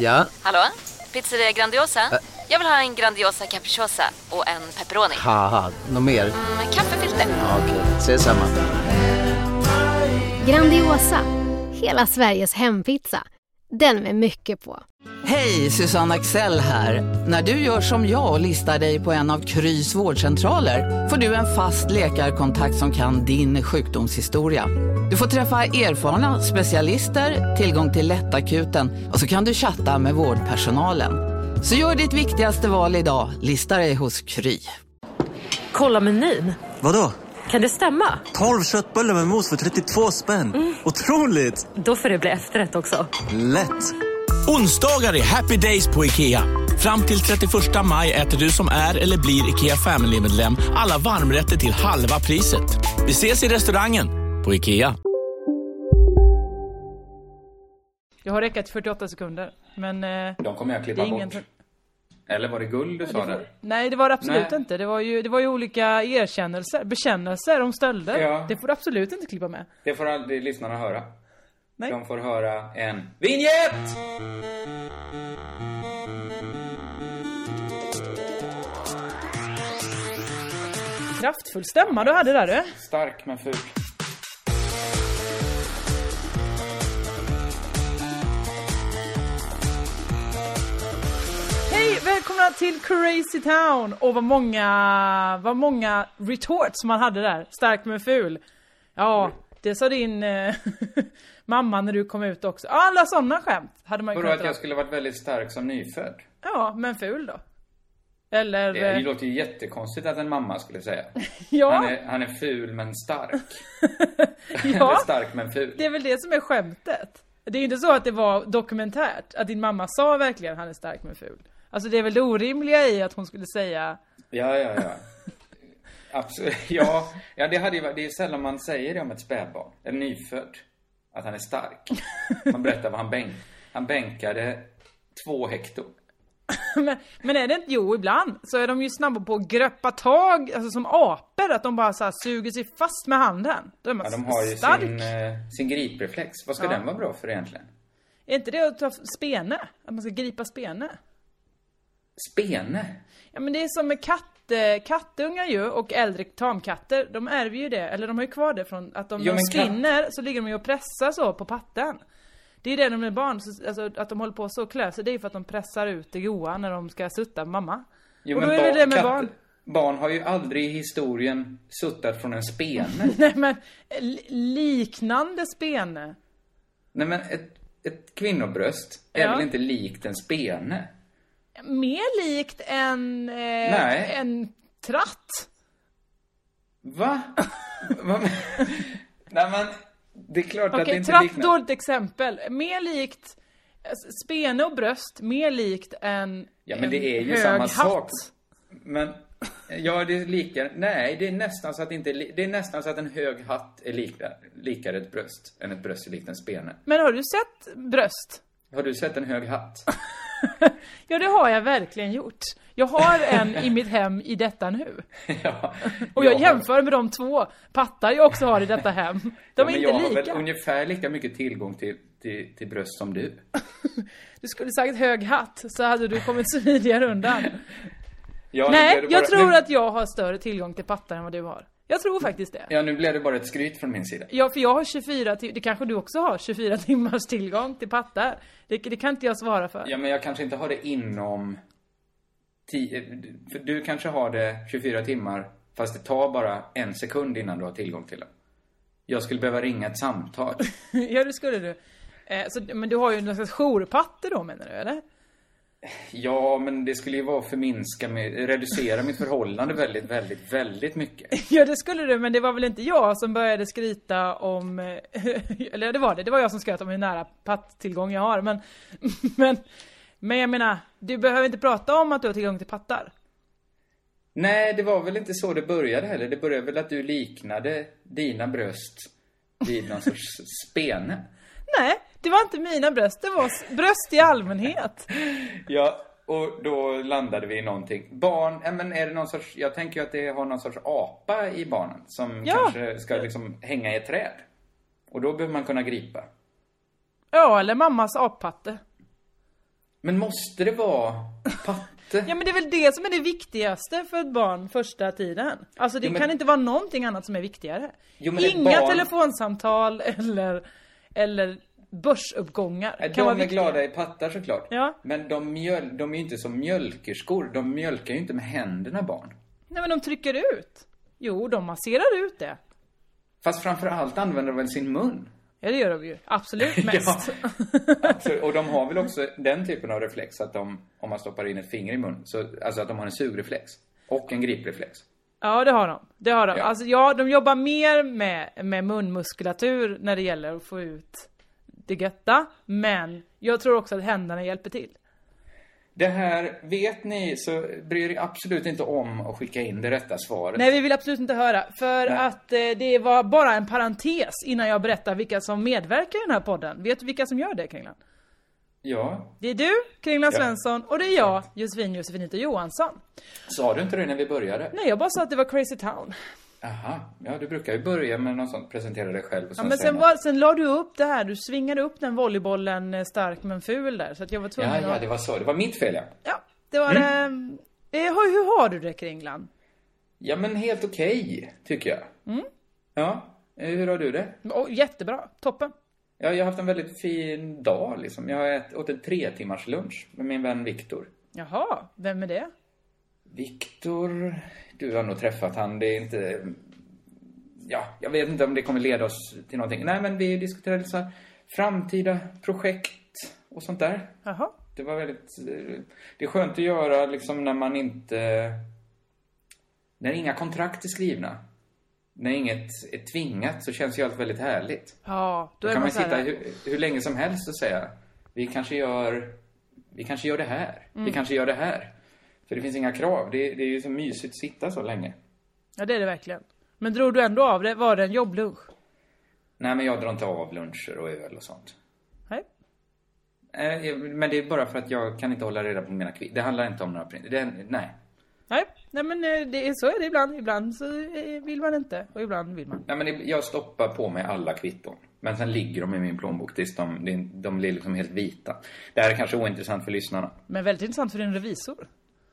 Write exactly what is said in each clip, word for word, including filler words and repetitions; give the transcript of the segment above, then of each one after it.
Ja? Hallå? Pizzeria Grandiosa? Ä- Jag vill ha en Grandiosa capriciosa och en pepperoni. Haha, något mer? Mm, kaffefilter. Ja, okej, okay. Ses samma. Grandiosa, hela Sveriges hempizza. Den med mycket på. Hej, Susanne Axel här. När du gör som jag och listar dig på en av Krys vårdcentraler får du en fast läkarkontakt som kan din sjukdomshistoria. Du får träffa erfarna specialister, tillgång till lättakuten och så kan du chatta med vårdpersonalen. Så gör ditt viktigaste val idag, lista dig hos Kry. Kolla menyn. Vadå? Kan det stämma? tolv köttbullar med mos för trettiotvå spänn. Mm. Otroligt! Då får det bli efterrätt också. Lätt! Onsdagar är happy days på IKEA. Fram till trettioförsta maj äter du som är eller blir IKEA Family-medlem alla varmrätter till halva priset. Vi ses i restaurangen på IKEA. Jag har räckat fyrtioåtta sekunder. Men eh, de kommer jag klippa ingen... bort. Eller var det guld du sa det där? Får... Nej, det var det absolut Nej. inte. Det var, ju, det var ju olika erkännelser, bekännelser om stölder. Ja. Det får du absolut inte klippa med. Det får aldrig lyssnarna höra. Nej. De får höra en vignett! Kraftfull stämma du hade där, du. Stark men ful. Hej, välkomna till Crazy Town. Och vad många, vad många retorts man hade där. Stark men ful. Ja, det sa din eh, mamma när du kom ut också. Alla sådana skämt hade man ju kunnat. Att jag skulle varit väldigt stark som nyfödd. Ja, men ful då. Eller... Det, det låter ju jättekonstigt att en mamma skulle säga. Ja. Han är, han är ful men stark. Ja. Eller stark men ful. Det är väl det som är skämtet. Det är ju inte så att det var dokumentärt. Att din mamma sa verkligen han är stark men ful. Alltså det är väl det orimliga i att hon skulle säga... Ja, ja, ja. Absolut. Ja, ja det, hade ju, det är sällan man säger det om ett spädbarn. En nyfödd. Att han är stark. Man berättar vad han bänk. Han bänkade två hekto. men, men är det inte, jo ibland så är de ju snabba på att greppa tag, alltså som apor, att de bara så här suger sig fast med handen. Då är man ja, de har ju stark. sin, eh, sin gripreflex. Vad ska ja. den vara bra för egentligen? Är inte det att ta spene? Att man ska gripa spene? Spene? Ja, men det är som med katt, eh, kattungar ju, och äldre tamkatter. De ärver ju det, eller de har ju kvar det från att de, jo, de spinner katt... så ligger de ju och pressar så på patten. Det är det de är barn, så, alltså, att de håller på så och klär sig, det är för att de pressar ut det goa när de ska sutta mamma. Jo, och då men är det barn, det med katt, barn. Barn har ju aldrig i historien suttat från en spene. Nej, men liknande spene. Nej, men ett, ett kvinnobröst är ja. väl inte likt en spene? Mer likt en, eh, en tratt. Va? Va? Nej, men det är klart okay, att det inte tratt, liknar. Dåligt exempel. Mer likt spene och bröst, mer likt en ja, men det är ju hög samma hatt. sak. Men ja, det är lika. Nej, det är nästan så att inte det är nästan så att en hög hatt är lika likare ett bröst än ett bröst är likt en spene. Men har du sett bröst? Har du sett en hög hatt? Ja, det har jag verkligen gjort. Jag har en i mitt hem i detta nu. Ja, och jag, jag jämför har... med de två pattar jag också har i detta hem. De ja, är inte jag lika. Jag har väl ungefär lika mycket tillgång till, till, till bröst som du. Du skulle sagt hög hatt så hade du kommit smidigare undan. Ja, nej, bara... jag tror nu... att jag har större tillgång till pattar än vad du har. Jag tror faktiskt det. Ja, nu blev det bara ett skryt från min sida. Ja, för jag har tjugofyra timmar, det kanske du också har, tjugofyra timmars tillgång till pattar. Det, det kan inte jag svara för. Ja, men jag kanske inte har det inom tio, för du kanske har det tjugofyra timmar, fast det tar bara en sekund innan du har tillgång till det. Jag skulle behöva ringa ett samtal. Ja, det skulle du. Eh, så, men du har ju en slags jourpatter då, menar du, eller? Ja, men det skulle ju vara förminska med, reducera mitt förhållande väldigt, väldigt, väldigt mycket. Ja, det skulle du, men det var väl inte jag som började skryta om, eller det var det, det var jag som skröt om hur nära pattillgång jag har, men, men, men jag menar, du behöver inte prata om att du har tillgång till pattar. Nej, det var väl inte så det började heller. Det började väl att du liknade dina bröst vid någon sorts spene. Nej, det var inte mina bröst, det var bröst i allmänhet. Ja, och då landade vi i någonting. Barn, äh, men är det någon sorts, jag tänker ju att det har någon sorts apa i barnen som ja. kanske ska liksom hänga i ett träd. Och då behöver man kunna gripa. Ja, eller mammas appatte. Men måste det vara patte? Ja, men det är väl det som är det viktigaste för ett barn första tiden. Alltså det jo, men... kan inte vara någonting annat som är viktigare. Jo, men Inga barn... telefonsamtal eller, eller börsuppgångar. De kan vara är viktiga. glada i pattar såklart. Ja. Men de, mjöl... de är ju inte som mjölkerskor. De mjölkar ju inte med händerna, barn. Nej, men de trycker ut. Jo, de masserar ut det. Fast framförallt använder de väl sin mun. Ja, det gör de ju. Absolut mest. Ja, absolut. Och de har väl också den typen av reflex att de, om man stoppar in ett finger i mun, så, alltså att de har en sugreflex och en gripreflex. Ja, det har de. Det har de. Ja. Alltså, ja, de jobbar mer med, med munmuskulatur när det gäller att få ut det götta. Men jag tror också att händerna hjälper till. Det här, vet ni, så bryr er absolut inte om att skicka in det rätta svaret. Nej, vi vill absolut inte höra. För Nej. att eh, det var bara en parentes innan jag berättar vilka som medverkar i den här podden. Vet du vilka som gör det, Kringlan? Ja. Det är du, Kringlan Ja. Svensson, och det är jag, Josefin Josefinito Johansson. Sa du inte det när vi började? Nej, jag bara sa att det var Crazy Town. Aha, ja du brukar ju börja med något sånt, presentera dig själv och Ja, sen men sen, var, sen la du upp det här, du svingade upp den volleybollen eh, stark men ful där. Så att jag var tvungen Ja, att... ja, det var så. Det var mitt fel, ja. Ja, det var Mm. det. Eh, hur, hur har du det, Kringlan? Ja, men helt okej, tycker jag. Mm. Ja, eh, hur har du det? Oh, jättebra, toppen. Ja, jag har haft en väldigt fin dag, liksom. Jag har ätit, åt en tre timmars lunch med min vän Viktor. Jaha, vem är det? Viktor, du har nog träffat han, det är inte... Ja, jag vet inte om det kommer leda oss till någonting. Nej, men vi diskuterade så här framtida projekt och sånt där. Jaha. Det var väldigt... Det är skönt att göra liksom när man inte... När inga kontrakt är skrivna. När inget är tvingat så känns ju allt väldigt härligt. Ja, då, Då är kan man man så här... sitta hur, hur länge som helst och säga vi kanske gör vi kanske gör det här. Mm. Vi kanske gör det här. För det finns inga krav. Det, det är ju så mysigt att sitta så länge. Ja, det är det verkligen. Men drog du ändå av det? Var det en jobblunch? Nej, men jag drar inte av luncher och öl och sånt. Nej. Eh, Men det är bara för att jag kan inte hålla reda på mina kvitt. Det handlar inte om några print. Det är, nej. Nej, nej men eh, det är, så är det ibland. Ibland så eh, vill man inte och ibland vill man. Nej, men det- jag stoppar på mig alla kvitton. Men sen ligger de i min plånbok tills de, de, de blir liksom helt vita. Det här är kanske ointressant för lyssnarna. Men väldigt intressant för din revisor.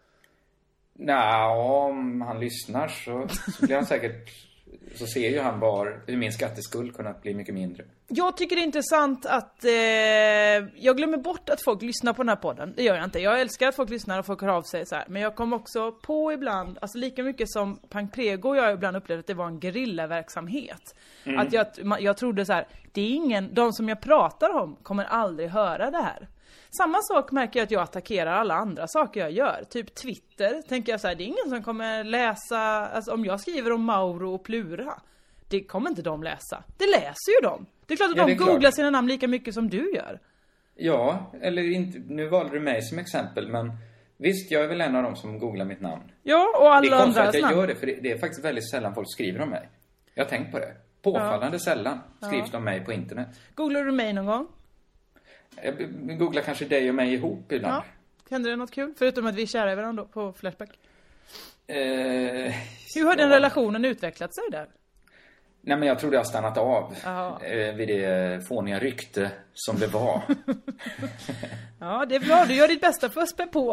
Nej, om han lyssnar så, så blir han säkert... Så ser ju han var hur min skatteskuld kunnat bli mycket mindre. Jag tycker det är intressant att eh, jag glömmer bort att folk lyssnar på den här podden. Det gör jag inte. Jag älskar att folk lyssnar och folk hör av sig så här. Men jag kom också på ibland, alltså lika mycket som Pang Prego jag ibland upplevde att det var en gerillaverksamhet. Mm. Att jag, jag trodde så här, det är ingen, de som jag pratar om kommer aldrig höra det här. Samma sak märker jag att jag attackerar alla andra saker jag gör. Typ Twitter, tänker jag så här, det är ingen som kommer läsa, alltså om jag skriver om Mauro och Plura, det kommer inte de läsa. Det läser ju de. Det är klart att Ja, de det är klart. googlar sina namn lika mycket som du gör. Ja, eller inte, nu valde du mig som exempel, men visst, jag är väl en av dem som googlar mitt namn. Ja, och alla Det är konstigt andras att jag namn. gör det, för det, det är faktiskt väldigt sällan folk skriver om mig. Jag har tänkt på det. Påfallande sällan skrivs Ja. om mig på internet. Googlar du mig någon gång? Jag b- googlar kanske dig och mig ihop ibland. Ja. Hände det något kul? Förutom att vi är kära i varandra på Flashback. Eh, Hur har ja. den relationen utvecklat sig där? Nej, men jag tror det har stannat av Ja. eh, vid det fåniga rykte som det var. Ja, det är bra. Du gör ditt bästa för att spä på.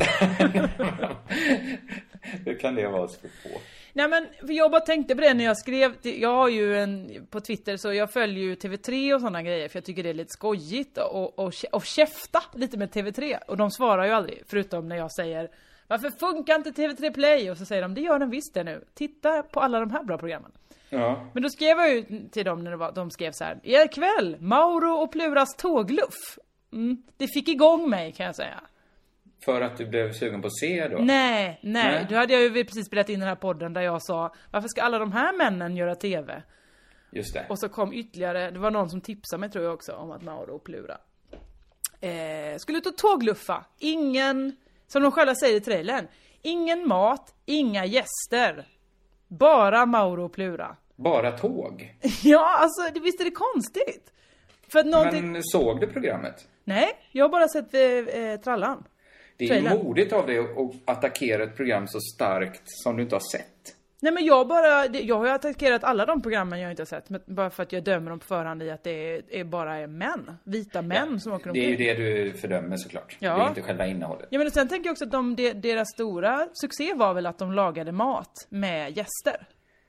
Hur kan det vara så på? Nej, men för jag bara tänkte på det när jag skrev. Jag har ju en på Twitter, så jag följer ju T V tre och sådana grejer. För jag tycker det är lite skojigt och, och, och käfta lite med T V tre. Och de svarar ju aldrig, förutom när jag säger varför funkar inte T V tre Play? Och så säger de, det gör den visst det nu. Titta på alla de här bra programmen. Ja. Men då skrev jag ju till dem när det var, de skrev så här: i kväll, Mauro och Pluras tågluff. Mm, det fick igång mig, kan jag säga. För att du blev sugen på att se då? Nej, nej, Nej. då hade jag ju precis spelat in den här podden där jag sa, varför ska alla de här männen göra tv? Just det. Och så kom ytterligare, det var någon som tipsade mig tror jag också om att Mauro och Plura eh, skulle ut och tågluffa. Ingen, som de själva säger i trailern, ingen mat, inga gäster. Bara Mauro och Plura. Bara tåg? Ja, alltså det, visst är det konstigt. För att någonting... Men såg du programmet? Nej, jag har bara sett eh, trallan. Det är Trailern. modigt av dig att attackera ett program så starkt som du inte har sett. Nej men jag bara, jag har ju attackerat alla de programmen jag inte har sett. Men bara för att jag dömer dem på förhand i att det är, är bara är män. Vita män ja, som åker omkring. Det är ju det du fördömer såklart. Ja. Det är inte själva innehållet. Ja men sen tänker jag också att de, deras stora succé var väl att de lagade mat med gäster.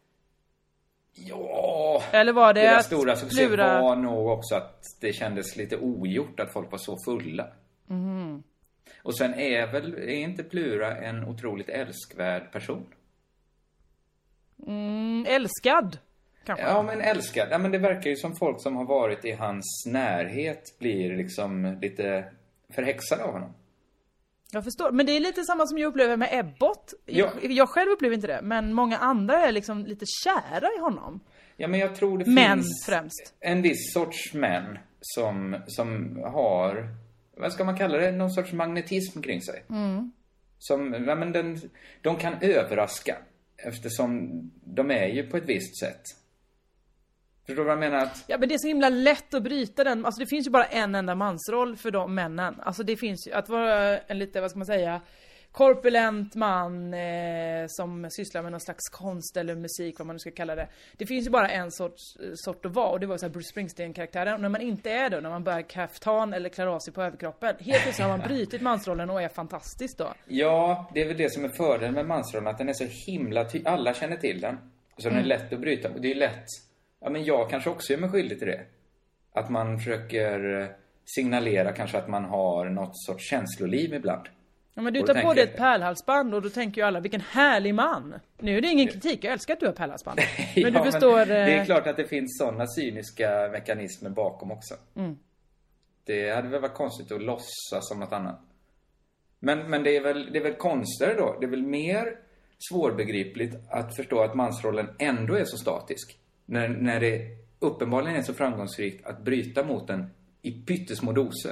Ja, eller var det deras stora succé plura... var nog också att det kändes lite ogjort att folk var så fulla. Mm. Och sen är väl, är inte Plura en otroligt älskvärd person? Mm, älskad kanske. Ja men älskad, ja, men det verkar ju som folk som har varit i hans närhet blir liksom lite förhäxade av honom. Jag förstår, men det är lite samma som jag upplever med Ebbot. Ja. Jag, jag själv upplever inte det, men många andra är liksom lite kära i honom. Ja men jag tror det män finns främst. En viss sorts män som, som har, vad ska man kalla det, någon sorts magnetism kring sig. Mm. Som, ja, men den, de kan överraska eftersom de är ju på ett visst sätt. Förstår du vad jag menar? Att... Ja men det är så himla lätt att bryta den. Alltså det finns ju bara en enda mansroll för de männen. Alltså det finns ju, att vara en lite, vad ska man säga, korpulent man eh, som sysslar med någon slags konst eller musik, vad man nu ska kalla det. Det finns ju bara en sorts, sort att vara, och det var så här Bruce Springsteen-karaktären. Och när man inte är det, när man börjar kaftan eller klär av sig på överkroppen, helt plötsligt har man brytit mansrollen och är fantastisk då. Ja, det är väl det som är fördelen med mansrollen, att den är så himla ty- alla känner till den. Så mm. den är lätt att bryta, och det är lätt. Ja, men jag kanske också är mig skyldig till det. Att man försöker signalera kanske att man har något sorts känsloliv ibland. Ja, men du tar på dig ett pärlhalsband och då tänker ju alla, vilken härlig man. Nu är det ingen kritik, jag älskar att du har pärlhalsband. Men ja, du förstår... Men det är klart att det finns sådana cyniska mekanismer bakom också. Mm. Det hade väl varit konstigt att låtsas som något annat. Men, men det är väl, det är väl konstigare då. Det är väl mer svårbegripligt att förstå att mansrollen ändå är så statisk. När, när det uppenbarligen är så framgångsrikt att bryta mot den i pyttesmå doser.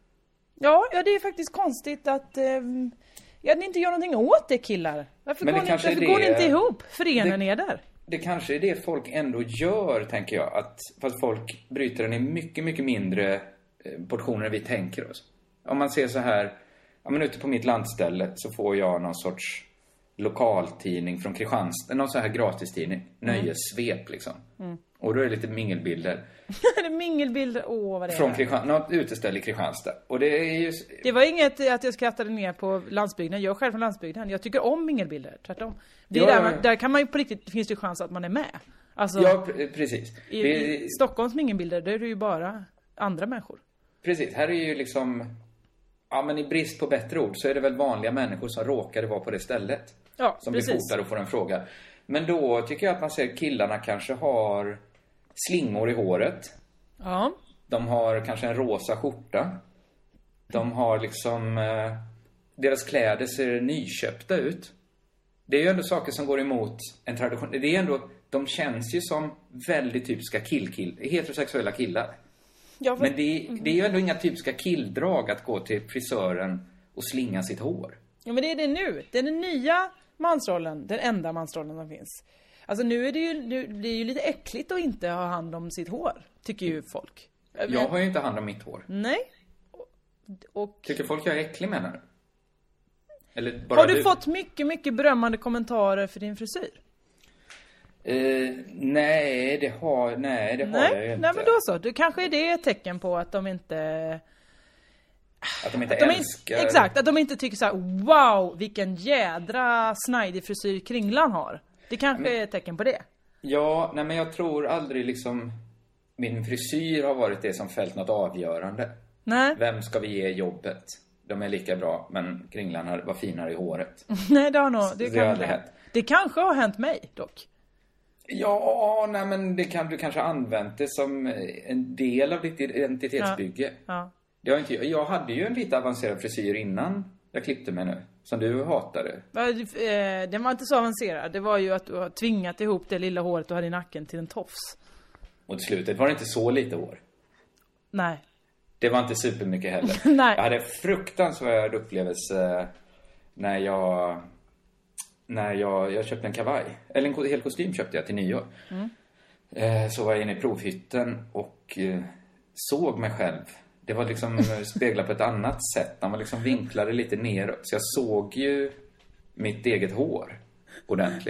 Ja, ja, det är faktiskt konstigt att eh, ja, ni inte gör någonting åt det, killar. Varför Men går, det ni, kanske varför är går det, ni inte ihop? Förenar ni er där? Det kanske är det folk ändå gör, tänker jag. Att, fast folk bryter den i mycket, mycket mindre portioner än vi tänker oss. Om man ser så här, ja, men ute på mitt landställe så får jag någon sorts lokaltidning från Kristianstad, någon sån här gratistidning, mm. nöjessvep liksom. Mm. Och då är det lite mingelbilder. det är mingelbilder, åh vad det är. Från Kristian- något uteställe i Kristianstad. Och det är ju... Det var inget att jag skrattade ner på landsbygden. Jag är själv från landsbygden. Jag tycker om mingelbilder, tvärtom. Det är ja, där, man, där kan man ju på riktigt, finns det chans att man är med. Alltså, ja, precis. I, det, i Stockholms mingelbilder, där är det ju bara andra människor. Precis, här är ju liksom... Ja, men i brist på bättre ord så är det väl vanliga människor som råkade vara på det stället. Ja, som precis. blir fotade och får en fråga. Men då tycker jag att man ser killarna kanske har slingor i håret. Ja. De har kanske en rosa skjorta. De har liksom... Eh, deras kläder ser nyköpta ut. Det är ju ändå saker som går emot en tradition. Det är ändå... De känns ju som väldigt typiska kill-kill. Heterosexuella killar. Ja, för... Men det, det är ju ändå inga typiska killdrag att gå till frisören och slinga sitt hår. Ja, men det är det nu. Det är den nya mansrollen. Den enda mansrollen som finns. Alltså nu är det ju, nu, det är ju lite äckligt att inte ha hand om sitt hår. Tycker ju folk. Men... Jag har ju inte hand om mitt hår. Nej. Och... Tycker folk jag är äcklig, menar du? Eller bara har du, du fått mycket, mycket berömmande kommentarer för din frisyr? Uh, nej, det har, nej, det har nej, jag ju inte. Nej, men då så. Du kanske är det ett tecken på att de inte... Att de inte att de älskar... In, exakt, att de inte tycker så här: wow, vilken jädra snajdig frisyr Kringlan har. Det kanske men, är ett tecken på det. Ja, nej men jag tror aldrig liksom... Min frisyr har varit det som fällt något avgörande. Nej. Vem ska vi ge jobbet? De är lika bra, men Kringlan var finare i håret. nej, det har nog... Det, det, kan det, det kanske har hänt mig, dock. Ja, nej men det kan du kanske använt det som en del av ditt identitetsbygge. Ja. Ja. Det har inte, jag hade ju en lite avancerad frisyr innan jag klippte mig nu, som du hatade. Den var inte så avancerad. Det var ju att du har tvingat ihop det lilla håret du hade i nacken till en tofs. Och till slutet var det inte så lite hår. Nej. Det var inte supermycket heller. Nej. Jag hade fruktansvärd upplevelse när jag... När jag, jag köpte en kavaj. Eller en hel kostym köpte jag till nyår. Mm. Eh, så var jag inne i provhytten och eh, såg mig själv. Det var liksom speglat på ett annat sätt. Man var liksom vinklade lite neråt. Så jag såg ju mitt eget hår ordentligt.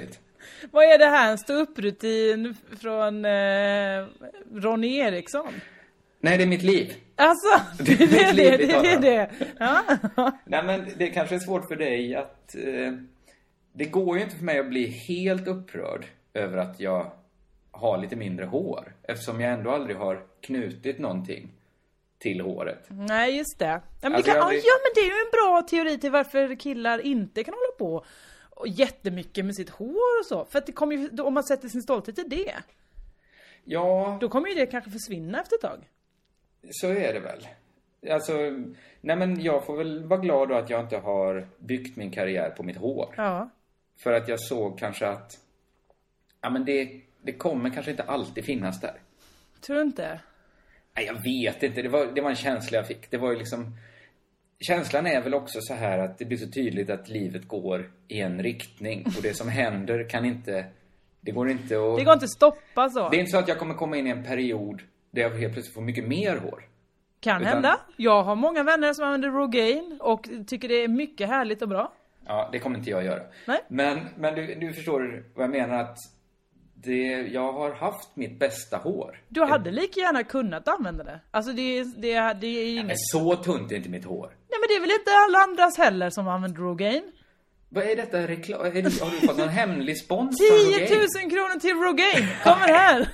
Vad är det här? En stå-upp-rutin från eh, Ronny Eriksson? Nej, det är mitt liv. Alltså, det är det, det, det, det, det. Ja. Nej, men det kanske är svårt för dig att... Eh, det går ju inte för mig att bli helt upprörd över att jag har lite mindre hår. Eftersom jag ändå aldrig har knutit någonting till håret. Nej, just det. Ja, men, Alltså, det kan, jag blir- ja, men det är ju en bra teori till varför killar inte kan hålla på och jättemycket med sitt hår och så. För att det kommer ju, då, om man sätter sin stolthet i det, Ja, då kommer ju det kanske försvinna efter ett tag. så är det väl. Alltså, nej men jag får väl vara glad då att jag inte har byggt min karriär på mitt hår. Ja. För att jag såg kanske att ja, men det, det kommer kanske inte alltid finnas där. Tror du inte? Nej, jag vet inte. Det var, det var en känsla jag fick. Det var ju liksom... Känslan är väl också så här att det blir så tydligt att livet går i en riktning. Och det som händer kan inte... Det går inte att... Det går inte att stoppa så. Det är inte så att jag kommer komma in i en period där jag helt plötsligt får mycket mer hår. Kan Utan- hända. Jag har många vänner som använder Rogaine och tycker det är mycket härligt och bra. Ja, det kommer inte jag göra. Nej. Men, men du, du förstår vad jag menar att det, jag har haft mitt bästa hår. Du hade lika gärna kunnat använda det. Alltså det, är- det, är- det är inget... Men så tunt är inte mitt hår. Nej, men det är väl inte alla andras heller som använder Rogaine. Vad är detta reklam? Är det, har du fått någon hemlig spons från Rogaine? tio tusen kronor till Rogaine. Kommer här.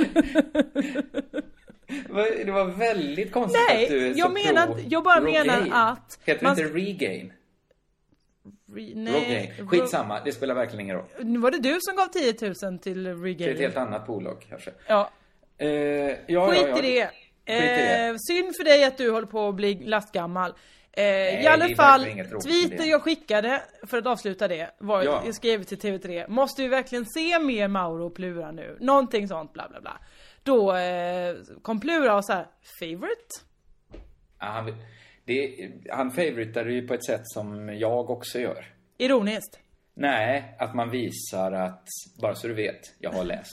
Vad- Det var väldigt konstigt Nej, att du är jag så menar pro att- jag bara Rogaine. menar att Heter man- det inte Regain? Re, Rogaine. Ro- Skitsamma, det spelar verkligen ingen roll. Nu var det du som gav tio tusen till Det är ett Regaine. helt annat bolag kanske. Ja, Eh, ja, skit ja, ja. i det. Skit i det. Eh, synd för dig att du håller på att bli lastgammal. Eh, I det alla är fall, verkligen inget roligt med tweeten det. jag skickade, för att avsluta det, var Ja. jag skrev till T V tre. Måste vi verkligen se mer Mauro och Plura nu? Någonting sånt, bla bla bla. Då eh, kom Plura och så här, favorite? Ja, han, det, han favoritade ju på ett sätt som jag också gör. Ironiskt. Nej, att man visar att, bara så du vet, jag har läst.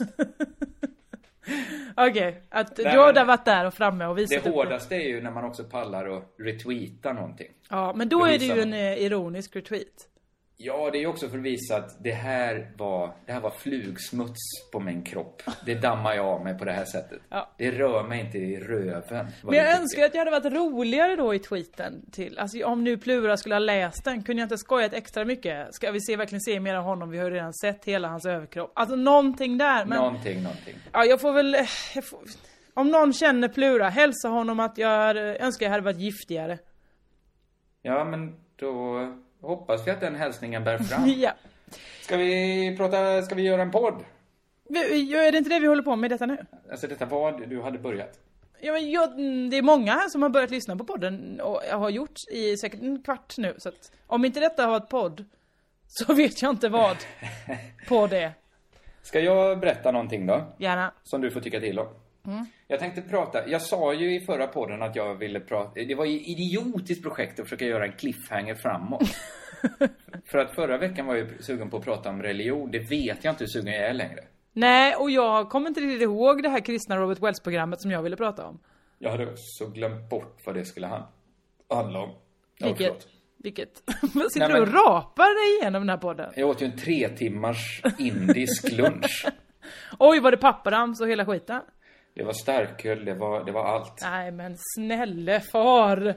Okej, att Nej, du har men- där varit där och framme och visat Det upp hårdaste är ju när man också pallar och retweetar någonting. Ja, men då För är det ju visa en eh, ironisk retweat. Ja, det är ju också för att visa att det här var, det här var flugsmuts på min kropp. Det dammar jag av mig på det här sättet. Ja. Det rör mig inte i röven. vad Men jag det önskar att jag hade varit roligare då i tweeten till. Alltså om nu Plura skulle ha läst den, kunde jag inte skojat extra mycket. Ska vi se, verkligen se mer av honom? Vi har ju redan sett hela hans överkropp. Alltså någonting där. Men Någonting, någonting. ja, jag får väl... eh, Jag får, om någon känner Plura, hälsa honom att jag hade- önskar jag hade varit giftigare. Ja, men då hoppas vi att den hälsningen bär fram. Ja. Ska vi prata, ska vi göra en podd? Vi- Är det inte det vi håller på med detta nu? Alltså detta var du hade börjat. Ja, men jag, mm, det är många här som har börjat lyssna på podden och jag har gjort i säkert en kvart nu. Så att om inte detta har varit podd så vet jag inte vad på det. Ska jag berätta någonting då? Gärna. Som du får tycka till om. Mm. Jag tänkte prata, jag sa ju i förra podden att jag ville prata, det var ju ett idiotiskt projekt att försöka göra en cliffhanger framåt. För att förra veckan var jag ju sugen på att prata om religion, det vet jag inte hur sugen jag är längre. Nej, och jag kommer inte riktigt ihåg det här kristna Robert Wells-programmet som jag ville prata om. Jag hade så glömt bort vad det skulle han- handla om. Ja, Vilket? förlåt. Vilket? Vad sitter Nej, du och men- rapar dig igenom den här podden? Jag åt ju en tre timmars indisk lunch. Oj, var det papparams och hela skiten? Det var starköl, det var, det var allt. Nej, men snälle far.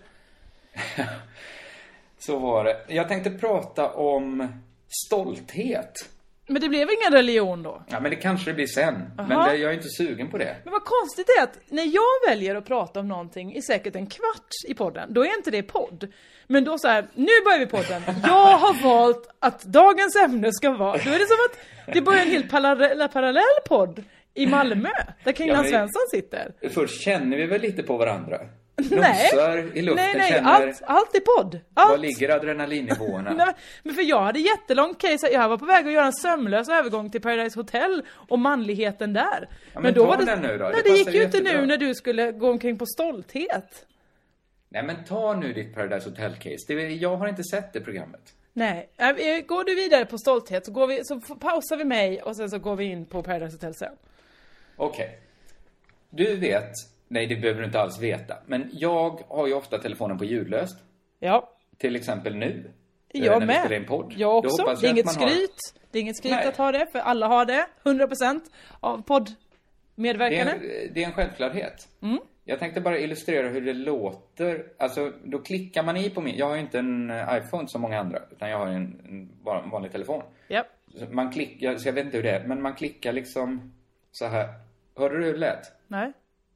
Så var det. Jag tänkte prata om stolthet. Men det blev ingen religion då? Ja, men det kanske det blir sen. Men Aha. det, jag är inte sugen på det. Men vad konstigt det är att när jag väljer att prata om någonting i säkert en kvart i podden, då är inte det podd. Men då så här, nu börjar vi podden. Jag har valt att dagens ämne ska vara, då är det som att det börjar en helt parallell, parallell podd i Malmö, där Kringlan Ja, men- Svensson sitter. Först känner vi väl lite på varandra. Nej. Nosar i luften, Nej, nej, känner allt, allt är podd. Allt. var ligger adrenalinnivåerna. Nej, men för jag hade jättelångt case. Jag var på väg att göra en sömlös övergång till Paradise Hotel och manligheten där. Ja, men då ta var det, den nu då. Nej, Det det, gick passar ju inte jättebra. nu när du skulle gå omkring på stolthet. Nej, men ta nu ditt Paradise Hotel-case. Det, är- jag har inte sett det programmet. Nej, äh, går du vidare på stolthet så, går vi, så f- pausar vi mig och sen så går vi in på Paradise Hotel sen. Okej. Du vet, nej det behöver du inte alls veta. Men jag har ju ofta telefonen på ljudlöst. Ja. Till exempel nu. Jag när med. vi spelar in podd. Jag också. Då hoppas Det är jag inget att man har- skryt. Det är inget skryt Nej. att ha det, för alla har det. hundra procent av Det poddmedverkande. är, det är en självklarhet. Mm. Jag tänkte bara illustrera hur det låter. Alltså, då klickar man i på min... Jag har ju inte en iPhone som många andra, utan jag har ju en, en bara en vanlig telefon. Ja. Så man klickar, så jag vet inte hur det är, men man klickar liksom så här. Hörde du hur det lät? Nej.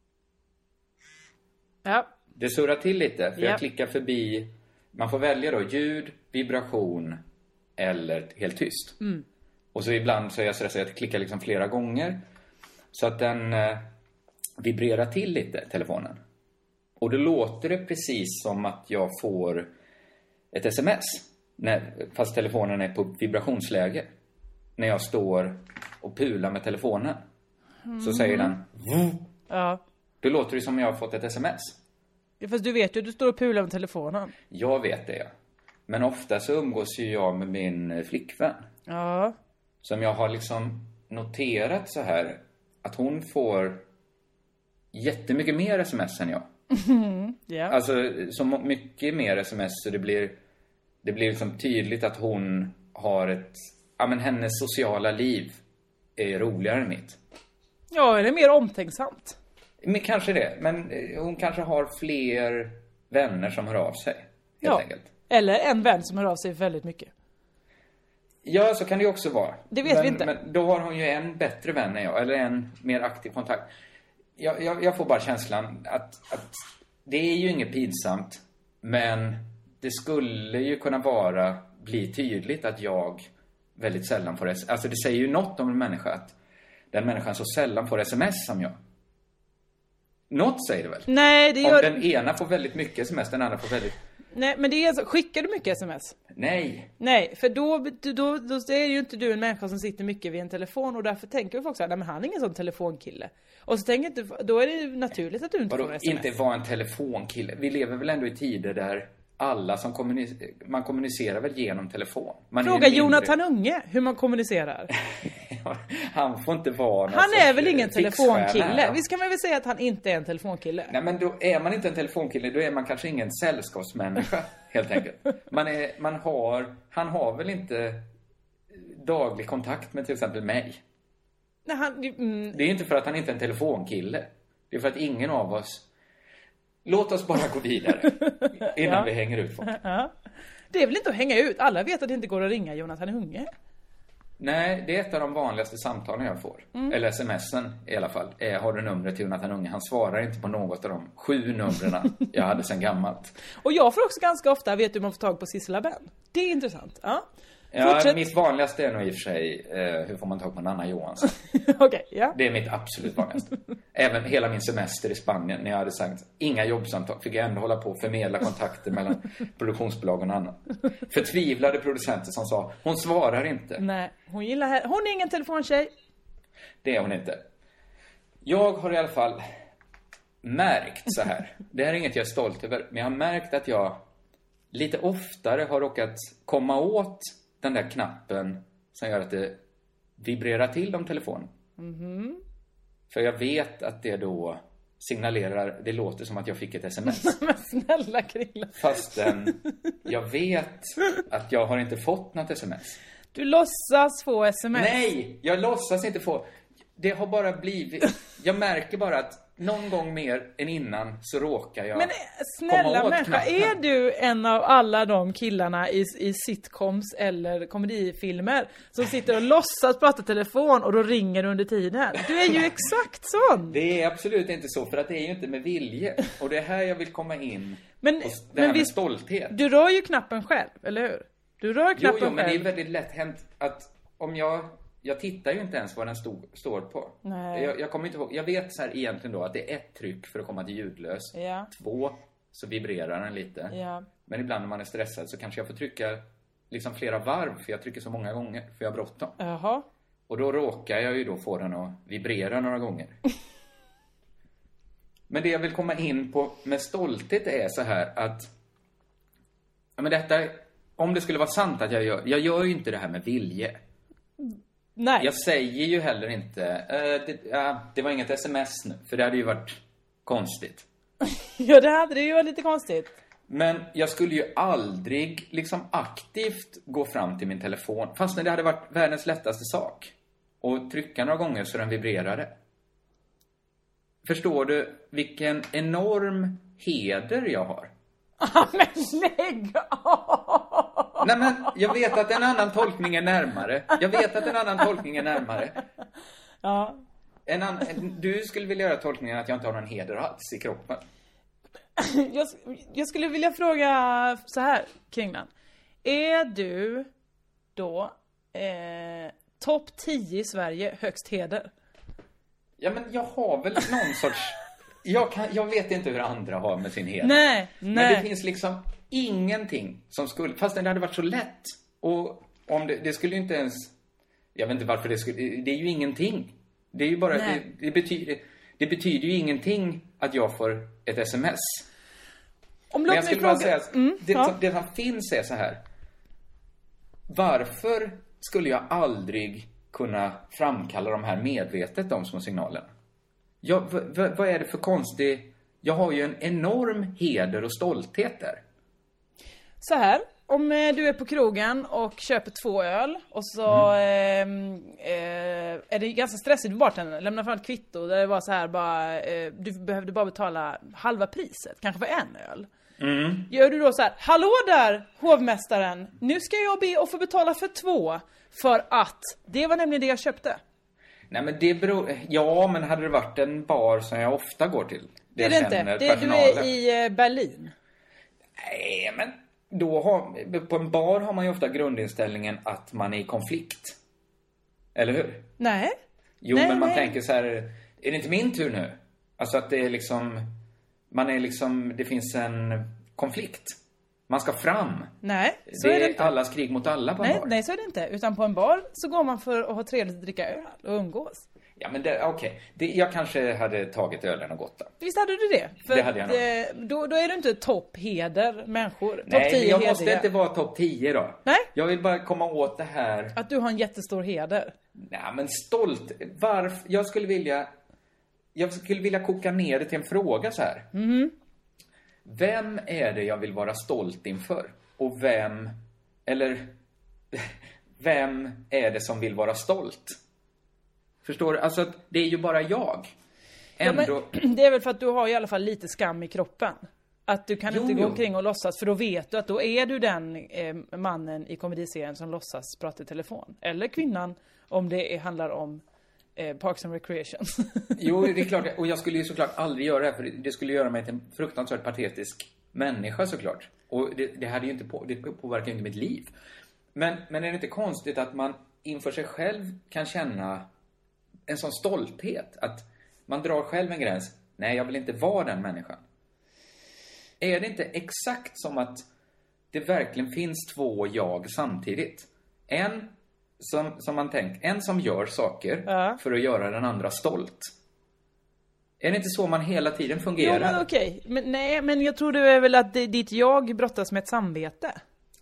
Ja. Det surrar till lite, för Ja. jag klickar förbi... Man får välja då ljud, vibration eller helt tyst. Mm. Och så ibland så är jag stressad att jag klickar liksom flera gånger. Så att den eh, vibrerar till lite, telefonen. Och då låter det precis som att jag får ett sms. När, fast telefonen är på vibrationsläge. När jag står och pular med telefonen. Så säger den... Ja. Då låter det som jag har fått ett sms. Ja, fast du vet ju, du står och pular med telefonen. Jag vet det, ja. Men ofta så umgås ju jag med min flickvän. Ja. Som jag har liksom noterat så här. Att hon får jättemycket mer sms än jag. Ja. Alltså så mycket mer sms så det blir... Det blir liksom tydligt att hon har ett... Ja, men hennes sociala liv är roligare än mitt. Ja, är det mer omtänksamt? Men kanske det. Men eh, hon kanske har fler vänner som hör av sig. Helt Ja. enkelt. Eller en vän som hör av sig väldigt mycket. Ja, så kan det ju också vara. Det vet men, vi inte. Men då har hon ju en bättre vän än jag. Eller en mer aktiv kontakt. Jag, jag, jag får bara känslan att, att det är ju inget pinsamt. Men det skulle ju kunna vara, bli tydligt att jag väldigt sällan får sms. Alltså det säger ju något om en människa att den människan så sällan får sms som jag. Något säger det väl? Nej, det gör... Om den ena får väldigt mycket sms, den andra får väldigt... Nej, men det är så... Skickar du mycket sms? Nej. Nej, för då, då, då är ju inte du en människa som sitter mycket vid en telefon. Och därför tänker folk så här, nej men han är ingen sån telefonkille. Och så tänker inte, då är det ju naturligt att du inte Vadå, får sms. inte vara en telefonkille? Vi lever väl ändå i tider där alla som kommunicerar, man kommunicerar väl genom telefon. Man Fråga är mindre... Jonathan Unge hur man kommunicerar. Han får inte vara någon Han är sorts väl ingen fixstjärna. telefonkille? Vi ska väl säga att han inte är en telefonkille. Nej, men då är man inte en telefonkille, då är man kanske ingen sällskapsmänniska, helt enkelt. Man är, man har, han har väl inte daglig kontakt med till exempel mig. Nej, han, mm, Det är inte för att han inte är en telefonkille. Det är för att ingen av oss... Låt oss bara gå vidare innan Ja. vi hänger ut folk. ja. Det är väl inte att hänga ut. Alla vet att det inte går att ringa Jonathan Unge. Nej, det är ett av de vanligaste samtalen jag får. Mm. Eller smsen i alla fall. Eh, har du numret till Jonathan Unge? Han svarar inte på något av de sju numren jag hade sedan gammalt. Och jag får också ganska ofta, vet du hur man får tag på Sissela Ben? Det är intressant. Ja. Ja, Fortsätt. mitt vanligaste är nog i och för sig eh, hur får man tag på Nanna Johansson? Okej, ja. Det är mitt absolut vanligaste. Även hela min semester i Spanien när jag hade sagt inga jobbsamtal fick jag ändå hålla på och förmedla kontakter mellan produktionsbolag och annat. Förtvivlade producenter som sa hon svarar inte. Nej, hon gillar här. Hon är ingen telefontjej. Det är hon inte. Jag har i alla fall märkt så här. Det här är inget jag är stolt över, men jag har märkt att jag lite oftare har råkat komma åt den där knappen som gör att det vibrerar till om telefonen. Mhm. För jag vet att det då signalerar, det låter som att jag fick ett sms. Men snälla Krilla. Fastän jag vet att jag har inte fått något sms. Du låtsas få sms. Nej, jag låtsas inte få. Det har bara blivit, jag märker bara att någon gång mer än innan så råkar jag Men komma snälla åt människa, knappen. är du en av alla de killarna i, i sitcoms eller komedifilmer som sitter och låtsas prata telefon och då ringer under tiden? Du är ju exakt sån. Det är absolut inte så, för att det är ju inte med vilje. Och det är här jag vill komma in. Men, och det men här med visst, stolthet. du rör ju knappen själv, eller hur? Du rör Jo, knappen jo, men det är själv. väldigt lätt hänt att om jag... Jag tittar ju inte ens vad den stod, står på. Nej. Jag, jag kommer inte ihåg. Jag vet så här egentligen då att det är ett tryck för att komma till ljudlös. Ja. Två, så vibrerar den lite. Ja. Men ibland när man är stressad så kanske jag får trycka liksom flera varv. För jag trycker så många gånger. För jag har bråttom. Jaha. Och då råkar jag ju då få den att vibrera några gånger. Men det jag vill komma in på med stolthet är så här att... Ja, men detta... Om det skulle vara sant att jag gör... Jag gör ju inte det här med vilje. Nej. Jag säger ju heller inte... Uh, det, uh, det var inget sms nu. För det hade ju varit konstigt. Ja, det hade det ju varit lite konstigt. Men jag skulle ju aldrig liksom aktivt gå fram till min telefon. Fast när det hade varit världens lättaste sak. Och trycka några gånger så den vibrerade. Förstår du vilken enorm heder jag har? Men lägg av! Nej, men jag vet att en annan tolkning är närmare. Jag vet att en annan tolkning är närmare. Ja. En annan, du skulle vilja göra tolkningen att jag inte har någon heder alls i kroppen. Jag, jag skulle vilja fråga så här, Kringlan. Är du då eh, topp tio i Sverige högst heder? Ja, men jag har väl någon sorts... Jag, kan, jag vet inte hur andra har med sin heder. Nej, nej. Men det finns liksom ingenting som skulle... Fast det hade varit så lätt. Och om det, det skulle ju inte ens... Jag vet inte varför det skulle... Det är ju ingenting. Det är ju bara... Det, det, betyder, det betyder ju ingenting att jag får ett sms. Om Men jag skulle bara säga... Mm, det, ja. som, det som finns är så här. Varför skulle jag aldrig kunna framkalla de här medvetet, de små signalerna? Jag, v, v, vad är det för konstig... Jag har ju en enorm heder och stolthet där. Så här, om eh, du är på krogen och köper två öl och så mm. eh, eh, är det ganska stressigt för bartendern. Lämnar fram ett kvitto där det var så här bara, eh, du behövde bara betala halva priset, kanske för en öl. Mm. Gör du då så här: hallå där, hovmästaren, nu ska jag be att få betala för två, för att det var nämligen det jag köpte. Nej, men det beror... Ja, men hade det varit en bar som jag ofta går till. Det är det inte. Det, du är i Berlin. Nej, men då har... På en bar har man ju ofta grundinställningen att man är i konflikt. Eller hur? Nej. Jo, nej, men man nej. tänker så här... Är det inte min tur nu? Alltså att det är liksom... Man är liksom... Det finns en konflikt. Man ska fram. Nej, så det är det är inte. allas krig mot alla på en Nej, bar. nej, så är det inte. Utan på en bar så går man för att ha trevligt att dricka öl och umgås. Ja, men det, okej. Det, jag kanske hade tagit ölen och gått där. Visst hade du det? För Det hade jag nog. det, då, då är du inte toppheder människor. Topp Nej, men tio jag hederliga. måste inte vara topp tio då. Nej. Jag vill bara komma åt det här. Att du har en jättestor heder. Nej, men stolt. Varför? Jag skulle vilja... Jag skulle vilja koka ner det till en fråga så här. Mhm. Vem är det jag vill vara stolt inför? Och vem... Eller... Vem är det som vill vara stolt? Förstår du? Alltså, att det är ju bara jag. Ändå... Ja, men, det är väl för att du har i alla fall lite skam i kroppen. Att du kan Jo, inte gå jo. omkring och låtsas. För då vet du att då är du den eh, mannen i komediserien som låtsas prata i telefon. Eller kvinnan om det är, handlar om eh, Parks and Recreation. Jo, det är klart. Och jag skulle ju såklart aldrig göra det. För det skulle göra mig till en fruktansvärt patetisk människa såklart. Och det, det hade ju inte på, det påverkar ju inte mitt liv. Men, men är det inte konstigt att man inför sig själv kan känna en sån stolthet? Att man drar själv en gräns. Nej, jag vill inte vara den människan. Är det inte exakt som att det verkligen finns två jag samtidigt? En som, som man tänker, en som gör saker Ja. för att göra den andra stolt. Är det inte så man hela tiden fungerar? Jo, men okej. Men, nej, men jag tror det är väl att det, ditt jag brottas med ett samvete.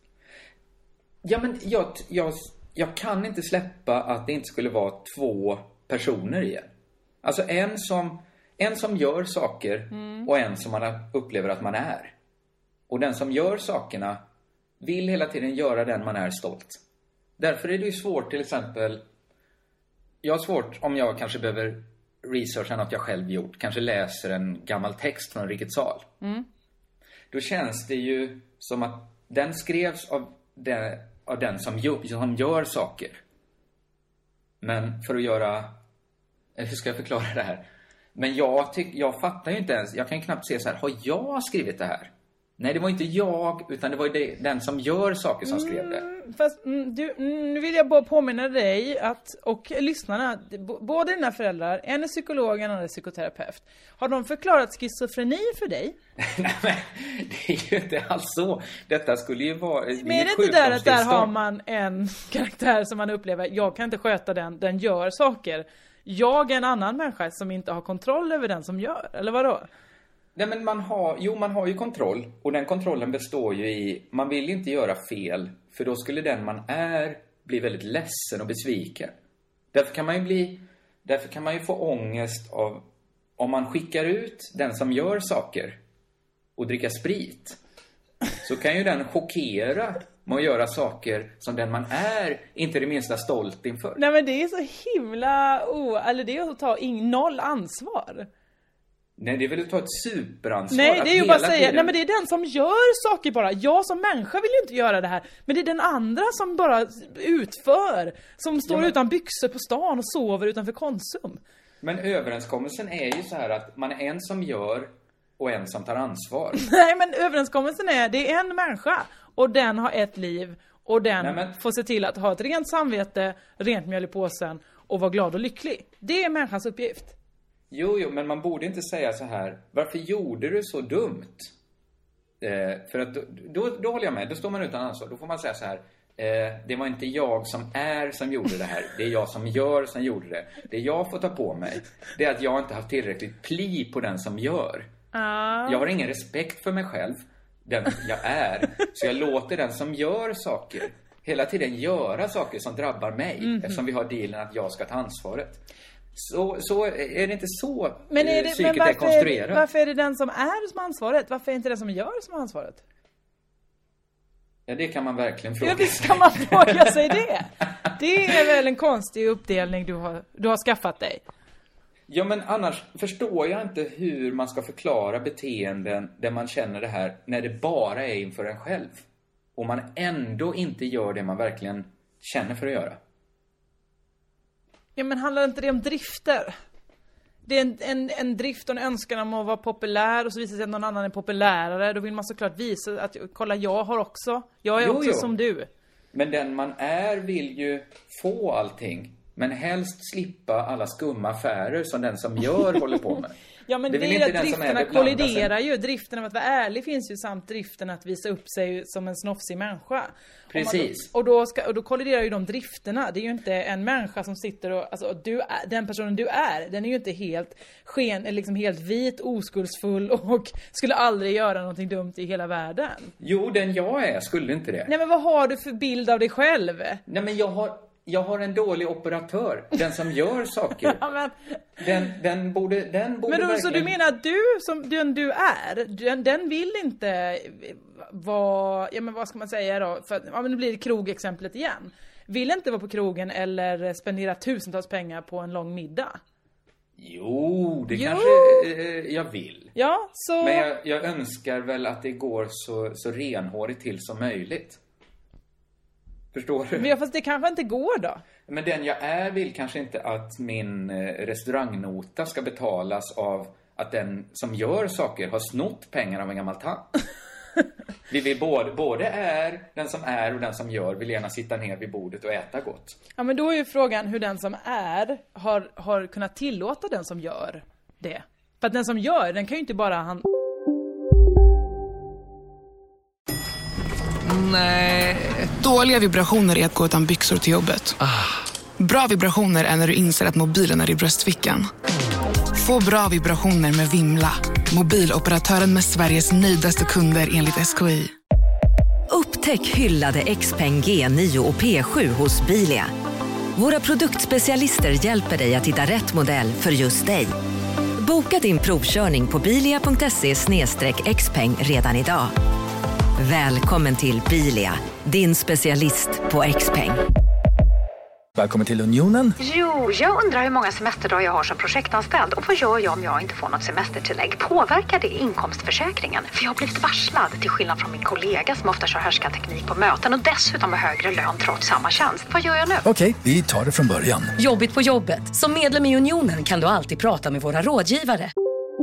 Ja, men jag, jag, jag kan inte släppa att det inte skulle vara två personer igen. Alltså en som, en som gör saker Mm. och en som man upplever att man är. Och den som gör sakerna vill hela tiden göra den man är stolt. Därför är det ju svårt till exempel... Jag har svårt om jag kanske behöver researcha något jag själv gjort. Kanske läser en gammal text från Rikets sal. Mm. Då känns det ju som att den skrevs av den, av den som, gör, som gör saker. Men för att göra... Hur ska jag förklara det här? Men jag, tyck, jag fattar ju inte ens... Jag kan ju knappt se så här. Har jag skrivit det här? Nej, det var inte jag. Utan det var ju det, den som gör saker som skrev det. Mm, fast mm, du, mm, nu vill jag bara påminna dig att, och lyssnarna, b- båda dina föräldrar, en är psykolog, en är psykoterapeut. Har de förklarat schizofreni för dig? Nej, men det är ju inte alls så. Detta skulle ju vara... Men är det inte där att där har man en karaktär som man upplever, jag kan inte sköta den, den gör saker. Jag är en annan människa som inte har kontroll över den som gör, eller vadå? Nej, men man har, jo, man har ju kontroll. Och den kontrollen består ju i... Man vill ju inte göra fel. För då skulle den man är bli väldigt ledsen och besviken. Därför kan man ju bli... Därför kan man ju få ångest av... Om man skickar ut den som gör saker och dricker sprit. så kan ju den chockera med att göra saker som den man är inte det minsta stolt inför. Nej, men det är så himla... Oh, eller det är att ta in noll ansvar. Nej, det är väl att ta ett superansvar. Nej, det är ju bara att säga, tiden... nej men det är den som gör saker bara. Jag som människa vill ju inte göra det här. Men det är den andra som bara utför. Som står ja, men... utan byxor på stan och sover utanför Konsum. Men överenskommelsen är ju så här att man är en som gör och en som tar ansvar. Nej, men överenskommelsen är, det är en människa. Och den har ett liv. Och den nej, men... får se till att ha ett rent samvete, rent mjöl i påsen och vara glad och lycklig. Det är människans uppgift. Jo, jo, men man borde inte säga så här. Varför gjorde du så dumt? Eh, för att då, då, då håller jag med. Då står man utan ansvar. Då får man säga så här. Eh, det var inte jag som är som gjorde det här. Det är jag som gör som gjorde det. Det jag får ta på mig, det är att jag inte haft tillräckligt pli på den som gör. Uh. Jag har ingen respekt för mig själv. Den jag är. Så jag låter den som gör saker hela tiden göra saker som drabbar mig. Mm-hmm. Eftersom vi har dealen att jag ska ta ansvaret. Så, så är det inte så men är det, psyket men varför är konstruerat. Är, varför är det den som är som har ansvaret? Varför är det inte den som gör som har ansvaret? Ja, det kan man verkligen fråga ja, visst kan man fråga sig det. Det är väl en konstig uppdelning du har, du har skaffat dig. Ja, men annars förstår jag inte hur man ska förklara beteenden där man känner det här när det bara är inför en själv. Och man ändå inte gör det man verkligen känner för att göra. Ja, men handlar inte det om drifter? Det är en, en, en drift och en önskan om att vara populär och så visar sig att någon annan är populärare. Då vill man såklart visa att, kolla, jag har också. Jag är jo, också jo. som du. Men den man är vill ju få allting. Men helst slippa alla skumma affärer som den som gör håller på med. Ja, men det, det är att drifterna kolliderar ju. Driften av att vara ärlig finns ju samt driften att visa upp sig som en snofsig människa. Precis. Då, och, då ska, och då kolliderar ju de drifterna. Det är ju inte en människa som sitter och... Alltså, du är, den personen du är, den är ju inte helt sken, liksom helt vit, oskuldsfull och skulle aldrig göra någonting dumt i hela världen. Jo, den jag är skulle inte det. Nej, men vad har du för bild av dig själv? Nej, men jag har... Jag har en dålig operatör. Den som gör saker. Ja, men... Den, den borde, den borde men då, verkligen... Så du menar att du, som den du är, den, den vill inte vara... Ja, men vad ska man säga då? För, ja, men nu blir det krogexemplet igen. Vill inte vara på krogen eller spendera tusentals pengar på en lång middag? Jo, det jo. kanske eh, jag vill. Ja, så... Men jag, jag önskar väl att det går så, så renhårigt till som möjligt. Förstår du? Men fast det kanske inte går då. Men den jag är vill kanske inte att min restaurangnota ska betalas av att den som gör saker har snott pengar av en gammal tant. Vi vill både, både är den som är och den som gör vill gärna sitta ner vid bordet och äta gott. Ja, men då är ju frågan hur den som är har, har kunnat tillåta den som gör det. För att den som gör, den kan ju inte bara... Han... Nej. Dåliga vibrationer är att gå utan byxor till jobbet. Ah. Bra vibrationer är när du inser att mobilen är i bröstfickan. Få bra vibrationer med Vimla. Mobiloperatören med Sveriges nöjdaste kunder enligt S K I. Upptäck hyllade Xpeng G nio och P sju hos Bilia. Våra produktspecialister hjälper dig att hitta rätt modell för just dig. Boka din provkörning på bilia punkt se slash xpeng redan idag. Välkommen till Bilia, din specialist på Xpeng. Välkommen till Unionen. Jo, jag undrar hur många semesterdagar jag har som projektanställd och vad gör jag om jag inte får något semestertillägg? Påverkar det inkomstförsäkringen? För jag har blivit varslad, till skillnad från min kollega som ofta kör härskarteknik på möten och dessutom har högre lön trots samma tjänst. Vad gör jag nu? Okej, vi tar det från början. Jobbigt på jobbet. Som medlem i Unionen kan du alltid prata med våra rådgivare.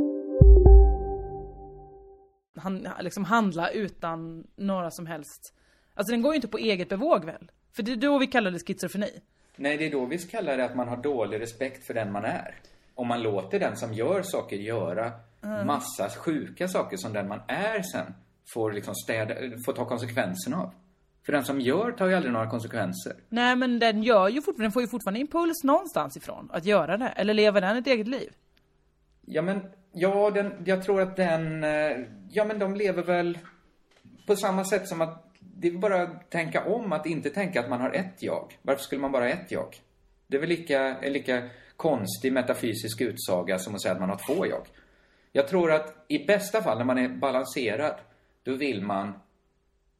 Han liksom handla utan några som helst. Alltså den går ju inte på eget bevåg väl? För det är då vi kallar det schizofreni. Nej, det är då vi kallar det att man har dålig respekt för den man är. Om man låter den som gör saker göra mm. massa sjuka saker som den man är sen får, liksom städa, får ta konsekvenserna av. För den som gör tar ju aldrig några konsekvenser. Nej, men den gör ju fortfarande, den får ju fortfarande impuls någonstans ifrån att göra det. Eller lever den ett eget liv? Ja, men ja, den, jag tror att den... Ja, men de lever väl på samma sätt som att det är bara att tänka om, att inte tänka att man har ett jag. Varför skulle man bara ha ett jag? Det är väl lika, en lika konstig metafysisk utsaga som att säga att man har två jag. Jag tror att i bästa fall när man är balanserad, då vill man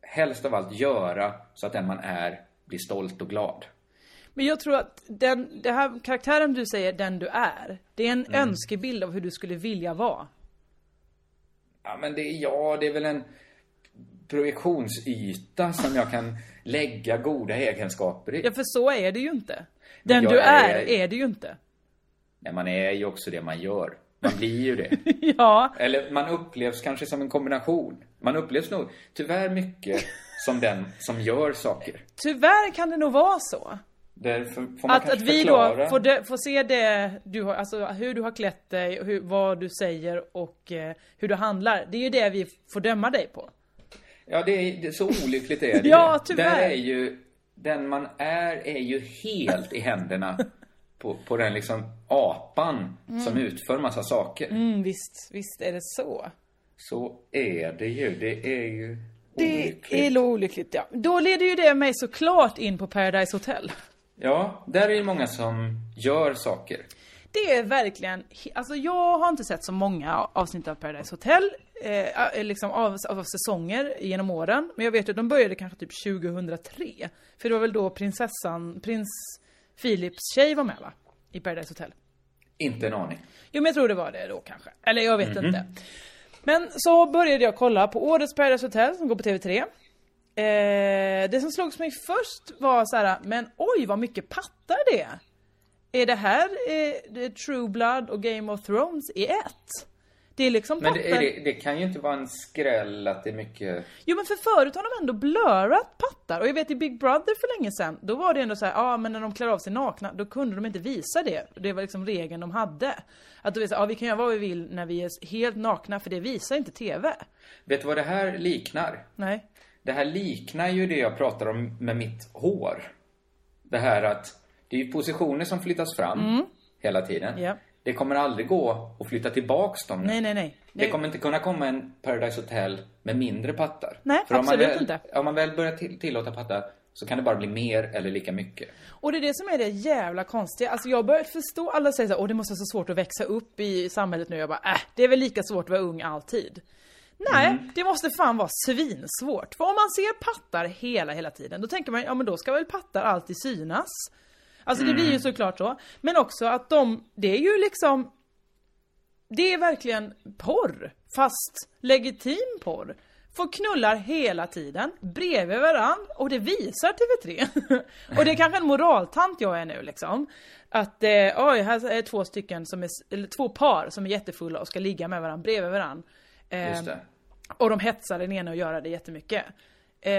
helst av allt göra så att den man är blir stolt och glad. Men jag tror att den, det här karaktären du säger, den du är, det är en mm. önskebild av hur du skulle vilja vara. Ja, men det är, ja, det är väl en projektionsyta som jag kan lägga goda egenskaper i. Ja, för så är det ju inte. Den du är, är, är det ju inte. Nej, man är ju också det man gör. Man blir ju det. Ja. Eller man upplevs kanske som en kombination. Man upplevs nog tyvärr mycket som den som gör saker. Tyvärr kan det nog vara så. Därför får man att, att vi förklara. då får, de, får se det du har, alltså hur du har klätt dig, hur, vad du säger och eh, hur du handlar. Det är ju det vi får döma dig på. Ja, det är, det är så olyckligt är det. Ja, tyvärr. Där är ju, den man är är ju helt i händerna på, på den liksom apan mm. som utför massa saker. Mm, visst, visst är det så. Så är det ju, det är ju olyckligt. Det är olyckligt, ja. Då leder ju det mig såklart in på Paradise Hotel. Ja, där är det många som gör saker. Det är verkligen, alltså jag har inte sett så många avsnitt av Paradise Hotel eh, liksom av, av säsonger genom åren. Men jag vet att de började kanske typ tjugohundratre. För det var väl då prinsessan, prins Philips tjej var med, va? I Paradise Hotel. Inte en aning. Jo, men jag tror det var det då kanske. Eller jag vet Mm-hmm. inte. Men så började jag kolla på årets Paradise Hotel som går på T V tre. Eh, det som slogs mig först var så här, men oj vad mycket pattar det är. Är det här eh, det True Blood och Game of Thrones i ett? Det är liksom men pattar. det, är det, det kan ju inte vara en skräll att det är mycket... Jo, men för förut har de ändå blurrat pattar. Och jag vet i Big Brother för länge sedan, då var det ändå så här, ja ah, men när de klär av sig nakna, då kunde de inte visa det. Det var liksom regeln de hade. Att du vet, ja ah, vi kan göra vad vi vill när vi är helt nakna, för det visar inte tv. Vet du vad det här liknar? Nej. Det här liknar ju det jag pratar om med mitt hår. Det här att det är ju positioner som flyttas fram mm. hela tiden. Ja. Det kommer aldrig gå att flytta tillbaks dem nu. Nej, nej, nej. Det kommer inte kunna komma en Paradise Hotel med mindre pattar. Nej, för absolut om man väl, inte. Om man väl börjar till, tillåta pattar så kan det bara bli mer eller lika mycket. Och det är det som är det jävla konstiga. Alltså jag börjar förstå, alla säger så här, åh det måste vara så svårt att växa upp i samhället nu. Jag bara, äh, det är väl lika svårt att vara ung alltid. Nej, mm. det måste fan vara svinsvårt. För om man ser pattar hela, hela tiden, då tänker man, ja men då ska väl pattar alltid synas. Alltså det blir ju såklart så. Men också att de, det är ju liksom, det är verkligen porr. Fast legitim porr. Får knullar hela tiden, bredvid varann. Och det visar T V tre. Och det är kanske en moraltant jag är nu liksom. Att, eh, oj, här är två stycken som är, eller två par som är jättefulla och ska ligga med varandra, bredvid varann. Eh, Just det. Och de hetsar den ena och gör det jättemycket. Eh,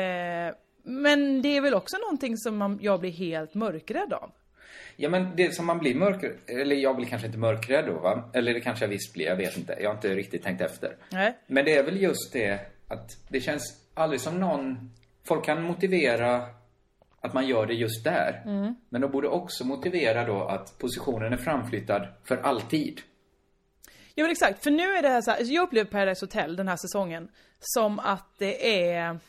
men det är väl också någonting som man, jag blir helt mörkrädd av. Ja, men det som man blir mörkrädd, eller jag blir kanske inte mörkrädd då, va? Eller det kanske jag visst blir, jag vet inte. Jag har inte riktigt tänkt efter. Nej. Men det är väl just det att det känns aldrig som någon... Folk kan motivera att man gör det just där. Mm. Men de borde också motivera då att positionen är framflyttad för alltid. Ja, men exakt. För nu är det här så här, jag upplever Paradise Hotel den här säsongen som att det är...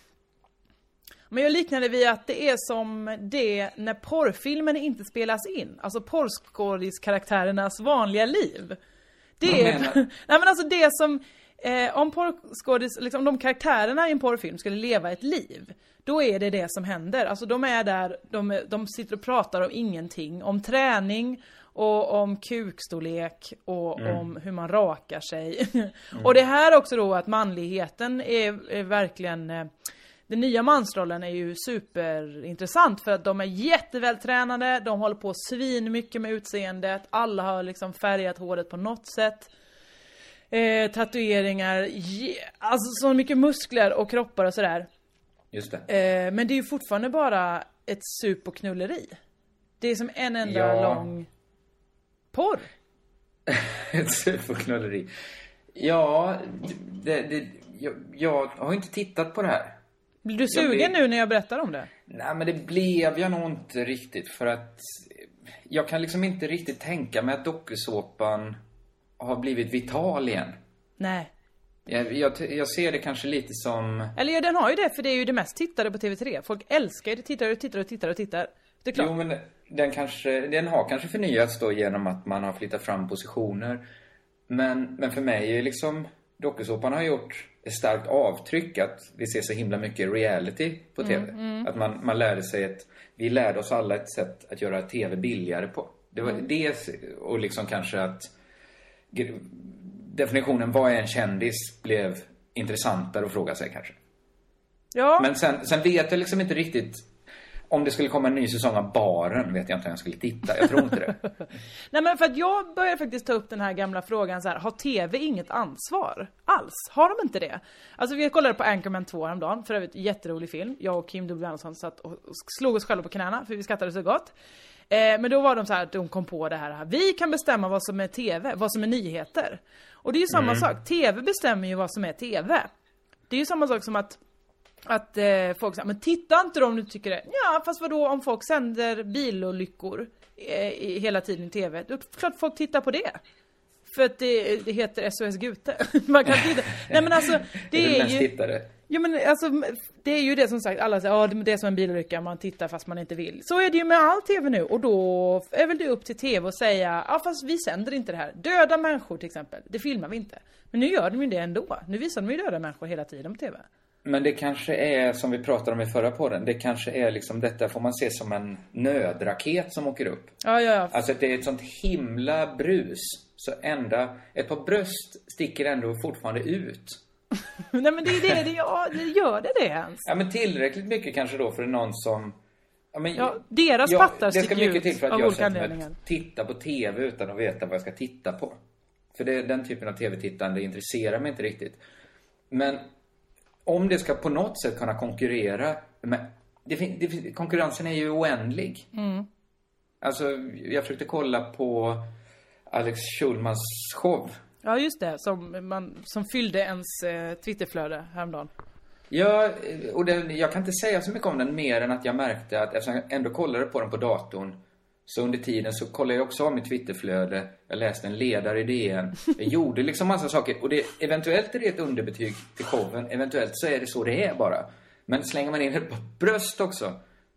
Men jag liknar det vid att det är som det när porrfilmen inte spelas in. Alltså porrskådiskaraktärernas vanliga liv. Det är... Nej, men alltså det som... Eh, om porrskådis, liksom de karaktärerna i en porrfilm skulle leva ett liv, då är det det som händer. Alltså de är där, de, de sitter och pratar om ingenting. Om träning och om kukstorlek och mm. om hur man rakar sig. Mm. Och det här också då att manligheten är, är verkligen... Eh, den nya mansrollen är ju superintressant för att de är jättevältränade, de håller på svin mycket med utseendet, alla har liksom färgat håret på något sätt. Eh, tatueringar, yeah, alltså så mycket muskler och kroppar och sådär. Just det. Eh, men det är ju fortfarande bara ett sup och knulleri. Det är som en enda ja. lång porr. Ett sup och knulleri. Ja, det, det, jag, jag har inte tittat på det här. Blir du sugen blev... nu när jag berättar om det? Nej, men det blev jag nog inte riktigt. För att jag kan liksom inte riktigt tänka mig att dokusåpan har blivit vital igen. Nej. Jag, jag, jag ser det kanske lite som... Eller ja, den har ju det, för det är ju det mest tittade på T V tre. Folk älskar det, tittar och tittar och tittar och tittar. Det är klart. Jo, men den, kanske, den har kanske förnyats då genom att man har flyttat fram positioner. Men, men för mig är liksom dokusåpan har gjort ett starkt avtryck att vi ser så himla mycket reality på tv. Mm, mm. Att man, man lärde sig ett, vi lärde oss alla ett sätt att göra tv billigare på. Det var Mm. det, och liksom kanske att definitionen vad är en kändis blev intressantare att fråga sig kanske. Ja. Men sen, sen vet jag liksom inte riktigt om det skulle komma en ny säsong av Baren, vet jag inte om jag skulle titta. Jag tror inte det. Nej, men för att jag börjar faktiskt ta upp den här gamla frågan så här, har tv inget ansvar alls? Har de inte det? Alltså vi kollade på Anchorman två häromdagen, för övrigt jätterolig film. Jag och Kim W. Andersson satt och slog oss själva på knäna för vi skrattade så gott. Eh, men då var de så här att de kom på det här. Vi kan bestämma vad som är tv, vad som är nyheter. Och det är ju samma Mm. sak. Tv bestämmer ju vad som är tv. Det är ju samma sak som att Att eh, folk säger, men titta inte då om du tycker det. Ja, fast vadå om folk sänder bilolyckor eh, i, hela tiden i tv? Då är det klart folk tittar på det. För att det, det heter S O S Gute. Man kan titta. Nej men alltså, det är, är, är ju... Tittare. Ja men alltså, det är ju det som sagt, alla säger, ja det är som en bilolycka, man tittar fast man inte vill. Så är det ju med all tv nu. Och då är väl det upp till tv att säga, ja fast vi sänder inte det här. Döda människor till exempel, det filmar vi inte. Men nu gör de ju det ändå. Nu visar de ju döda människor hela tiden på tv. Men det kanske är, som vi pratade om i förra podden, det kanske är liksom, detta får man se som en nödraket som åker upp. Ja, ja, ja. Alltså det är ett sånt himla brus. Så ända, ett par bröst sticker ändå fortfarande ut. Nej men det är det, det, ja, det gör det det ens. Ja men tillräckligt mycket kanske då för någon som... Ja, men, ja, deras ja, pattar det ska sticker mycket ut till för att av jag olika sätter mig anledningar. att titta på tv utan att veta vad jag ska titta på. För det, den typen av tv-tittande intresserar mig inte riktigt. Men om det ska på något sätt kunna konkurrera med, det, det, konkurrensen är ju oändlig. Mm. Alltså jag försökte kolla på Alex Schulmans show. Ja just det, som, man, som fyllde ens eh, Twitterflöde häromdagen. Ja, och den, jag kan inte säga så mycket om den mer än att jag märkte att eftersom jag ändå kollade på den på datorn, så under tiden så kollade jag också av mitt Twitterflöde. Jag läste en ledare i D N. Jag gjorde liksom massa saker. Och det, eventuellt är det ett underbetyg till showen. Eventuellt så är det så det är bara. Men slänger man in ett bröst också,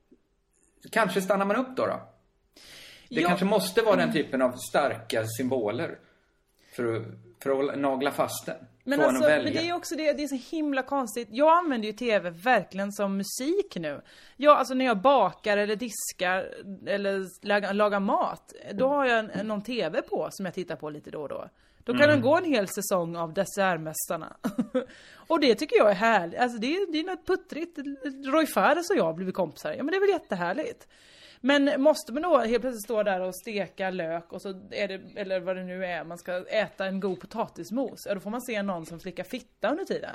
kanske stannar man upp då då. Det Ja. kanske måste vara den typen av starka symboler för att, för att nagla fast den. Men, Få en alltså, att välja. men det är också det, det är så himla konstigt. Jag använder ju tv verkligen som musik nu. Ja, alltså när jag bakar eller diskar eller lagar, lagar mat, då har jag en, någon tv på som jag tittar på lite då och då. Då kan Mm. den gå en hel säsong av Dessertmästarna. Och det tycker jag är härligt. Alltså det är, det är något puttrigt. Roy Fares och jag har blivit kompisar. Ja men det är väl jättehärligt. Men måste man då helt plötsligt stå där och steka lök och så är det, eller vad det nu är, man ska äta en god potatismos. Ja, då får man se någon som flickar fitta under tiden.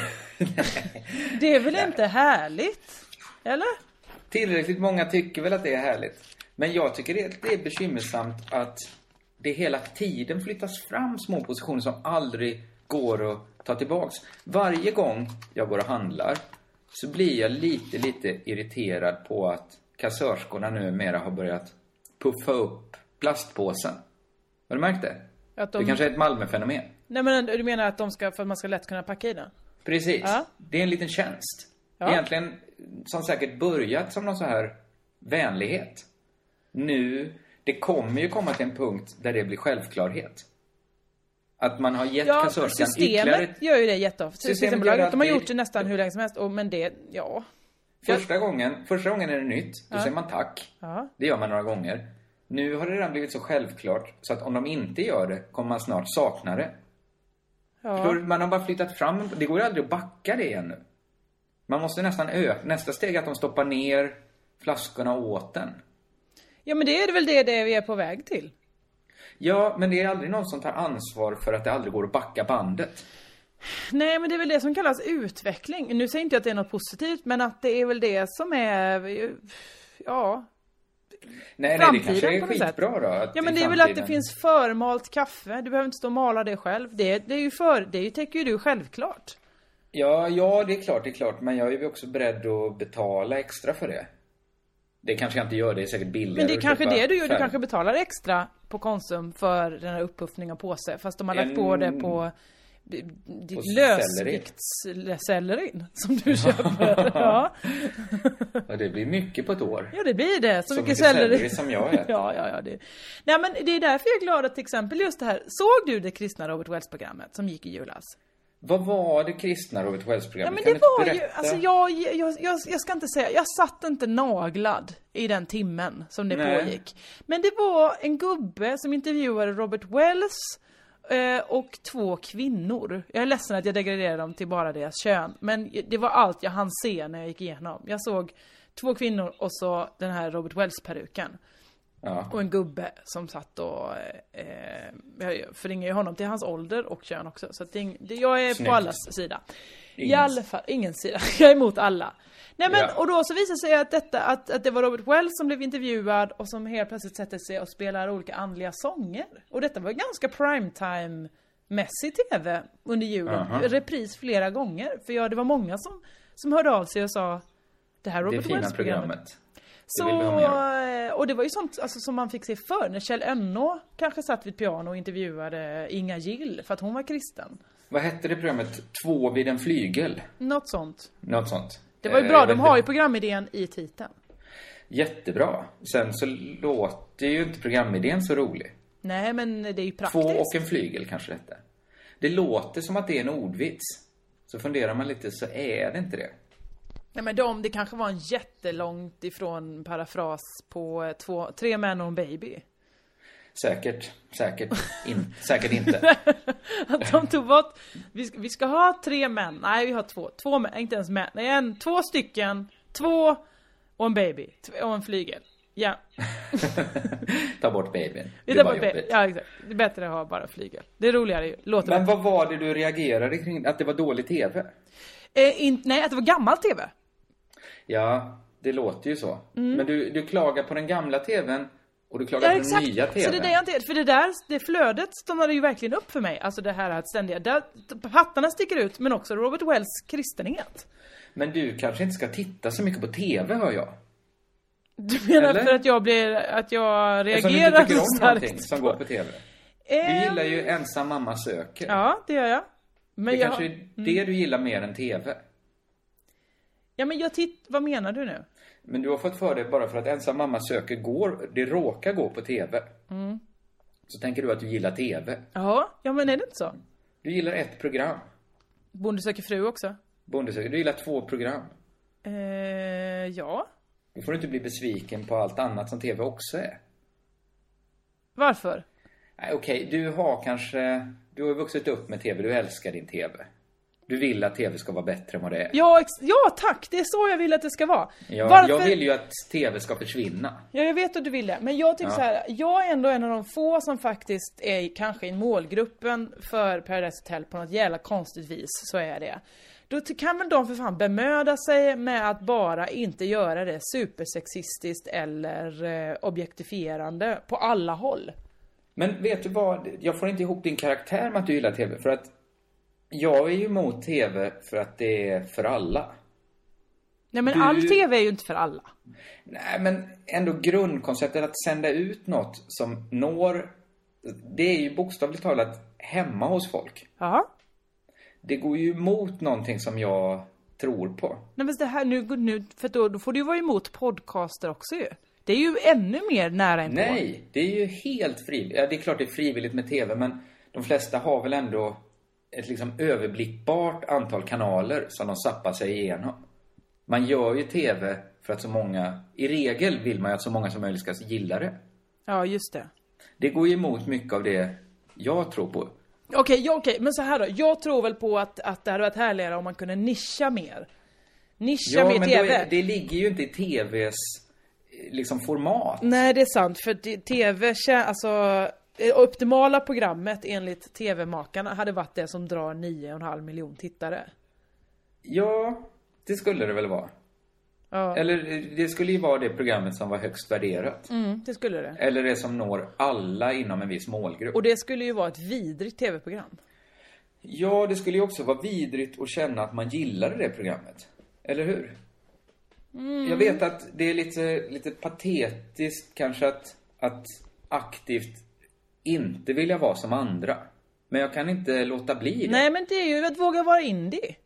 Det är väl inte härligt? Eller? Tillräckligt många tycker väl att det är härligt. Men jag tycker det, det är bekymmersamt att det hela tiden flyttas fram små positioner som aldrig går att ta tillbaks. Varje gång jag går och handlar så blir jag lite, lite irriterad på att kassörskorna numera har börjat puffa upp plastpåsen. Har du märkt det? Att de... Det kanske är ett Malmö-fenomen. Nej men du menar att de ska, för att man ska lätt kunna packa i den? Precis. Ja. Det är en liten tjänst. Ja. Egentligen som säkert börjat som någon så här vänlighet. Nu, det kommer ju komma till en punkt där det blir självklarhet. Att man har gett Ja, kassörskan systemet ytterligare... gör ju det jätteofta. Systemet Systembolaget, gör de har alltid- gjort det nästan hur länge som helst. Och, men det, ja. Första gången, första gången är det nytt. Då Ja. säger man tack. Ja. Det gör man några gånger. Nu har det redan blivit så självklart så att om de inte gör det kommer man snart sakna det. Ja. För man har bara flyttat fram. Det går ju aldrig att backa det ännu. Man måste nästan öka. Nästa steg är att de stoppar ner flaskorna åt den. Ja men det är väl det, det vi är på väg till. Ja, men det är aldrig någon som tar ansvar för att det aldrig går att backa bandet. Nej men det är väl det som kallas utveckling. Nu säger inte jag att det är något positivt, men att det är väl det som är, ja... Nej, nej, det framtiden kanske är på något sätt. skitbra då. Att Ja men i det är väl att det framtiden- finns förmalt kaffe. Du behöver inte stå och mala det själv. Det, det är ju för, det är ju, tänker ju du självklart. Ja, ja, det är klart, det är klart. Men jag är ju också beredd att betala extra för det. Det kanske jag inte gör, det är säkert billigare. Men det är att kanske köpa det du gör. Du färg. kanske betalar extra på Konsum för den här upppuffningen av påse. Fast de har lagt En- på det på d- På ditt selleri. lösviktssellerin som du köper. Ja. Ja, det blir mycket på ett år. Ja, det blir det. Så, Så mycket mycket selleri. selleri som jag äter. ja, ja, ja. Det. Nej, men det är därför jag är glad att till exempel just det här. Såg du det kristna Robert Wells-programmet som gick i julas? Vad var det kristna Robert Wells-programmet? Ja, men det var ju, alltså jag, jag, jag, jag ska inte säga, jag satt inte naglad i den timmen som det Nej. pågick. Men det var en gubbe som intervjuade Robert Wells eh, och två kvinnor. Jag är ledsen att jag degraderade dem till bara deras kön. Men det var allt jag hann se när jag gick igenom. Jag såg två kvinnor och så den här Robert Wells-peruken. Ja. Och en gubbe som satt och eh, jag förringar ju honom till hans ålder och kön också. Så att det, det, jag är Snyggt. på allas sida. Ingens. I alla fall, ingen sida. Jag är emot alla. Nej men, ja. Och då så visade sig att, detta, att, att det var Robert Wells som blev intervjuad och som helt plötsligt sätter sig och spelar olika andliga sånger. Och detta var ganska primetime-mässig tv under julen. Uh-huh. Repris flera gånger. För ja, det var många som, som hörde av sig och sa det här Robert Wells-programmet. Så, och det var ju sånt alltså, som man fick se för när Kjell Önnå kanske satt vid piano och intervjuade Inga Gill för att hon var kristen. Vad hette det programmet? Två vid en flygel? Något sånt. Något sånt. Det var ju bra, de har ju programidén i titeln. Jättebra. Sen så låter ju inte programidén så rolig. Nej, men det är ju praktiskt. Två och en flygel kanske detta. Det låter som att det är en ordvits. Så funderar man lite så är det inte det. Nej men de, det kanske var en jättelångt ifrån parafras på två, tre män och en baby. Säkert, säkert, in, säkert inte. Att de tog bort, vi ska, vi ska ha tre män, nej vi har två, två män, inte ens män, nej en, två stycken, två och en baby, och en flygel. Ja. Ta bort babyn. Det tar bort babyn. Ja, exakt. Det är bättre att ha bara flygel. Det är roligare ju. Låter Men bättre. Vad var det du reagerade kring? Att det var dålig tv? Eh, in, nej, att det var gammal tv. Ja, det låter ju så. Mm. Men du, du klagar på den gamla tvn och du klagar ja, på exakt. den nya tvn. Så det är det jag inte, för det där, det flödet stannade ju verkligen upp för mig. Alltså det här att ständiga, där hattarna sticker ut, men också Robert Wells kristenhet. Men du kanske inte ska titta så mycket på tv, hör jag. Du menar Eller? för att jag blir, att jag reagerar så starkt? Som du tycker om någonting som går på tv. Du um, gillar ju Ensam mamma söker. Ja, det gör jag. Men det jag, kanske är det mm. du gillar mer än tv. Ja, men jag titt, vad menar du nu? Men du har fått för det bara för att Ensam mamma söker går, det råkar gå på tv. Mm. Så tänker du att du gillar tv. Ja, ja men är det inte så? Du gillar ett program. Bonde söker fru också. Bonde söker, du gillar två program. Eh, ja. Då får du inte bli besviken på allt annat som tv också är. Varför? Nej, okej, okay. Du har kanske, du har vuxit upp med tv, du älskar din tv. Du vill att tv ska vara bättre än vad det är. Ja, ex- ja tack, det är så jag vill att det ska vara. Ja, Varför? Jag vill ju att tv ska försvinna. Ja, jag vet att du vill det. Men jag tycker ja. så här, jag är ändå en av de få som faktiskt är kanske i målgruppen för Paradise Hotel på något jävla konstigt vis. Så är det. Då kan väl de för fan bemöda sig med att bara inte göra det supersexistiskt eller eh, objektifierande på alla håll. Men vet du vad, jag får inte ihop din karaktär med att du gillar tv. För att jag är ju emot tv för att det är för alla. Nej, men du... all tv är ju inte för alla. Nej, men ändå grundkonceptet att sända ut något som når, det är ju bokstavligt talat hemma hos folk. Ja. Det går ju emot någonting som jag tror på. Nej, men det här nu, nu för då, då får du ju vara emot podcaster också ju. Det är ju ännu mer nära inpå. Nej, det är ju helt frivilligt. Ja, det är klart det är frivilligt med tv, men de flesta har väl ändå ett liksom överblickbart antal kanaler som de zappar sig igenom. Man gör ju tv för att så många, i regel vill man ju att så många som möjligt ska gilla det. Ja, just det. Det går ju emot mycket av det jag tror på. Okej, okay, ja, okej, okay. Men så här då. Jag tror väl på att, att det hade varit härligare om man kunde nischa mer. Nischa ja, mer men tv. Är, det ligger ju inte i tvs liksom format. Nej, det är sant. För tv, alltså optimala programmet enligt tv-makarna hade varit det som drar nio och en halv miljon tittare. Ja, det skulle det väl vara. Ja. Eller det skulle ju vara det programmet som var högst värderat. Mm, det skulle det. Eller det som når alla inom en viss målgrupp. Och det skulle ju vara ett vidrigt tv-program. Ja, det skulle ju också vara vidrigt att känna att man gillade det programmet. Eller hur? Mm. Jag vet att det är lite, lite patetiskt kanske att, att aktivt inte vilja vara som andra. Men jag kan inte låta bli det. Nej, men det är ju att våga vara indie.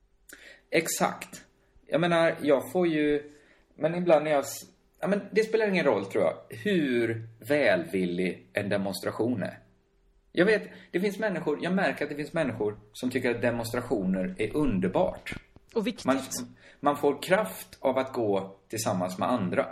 Exakt. Jag menar, jag får ju... Men ibland när jag... Ja, men det spelar ingen roll, tror jag, hur välvillig en demonstration är. Jag vet, det finns människor, jag märker att det finns människor som tycker att demonstrationer är underbart. Och viktigt. Man, man får kraft av att gå tillsammans med andra.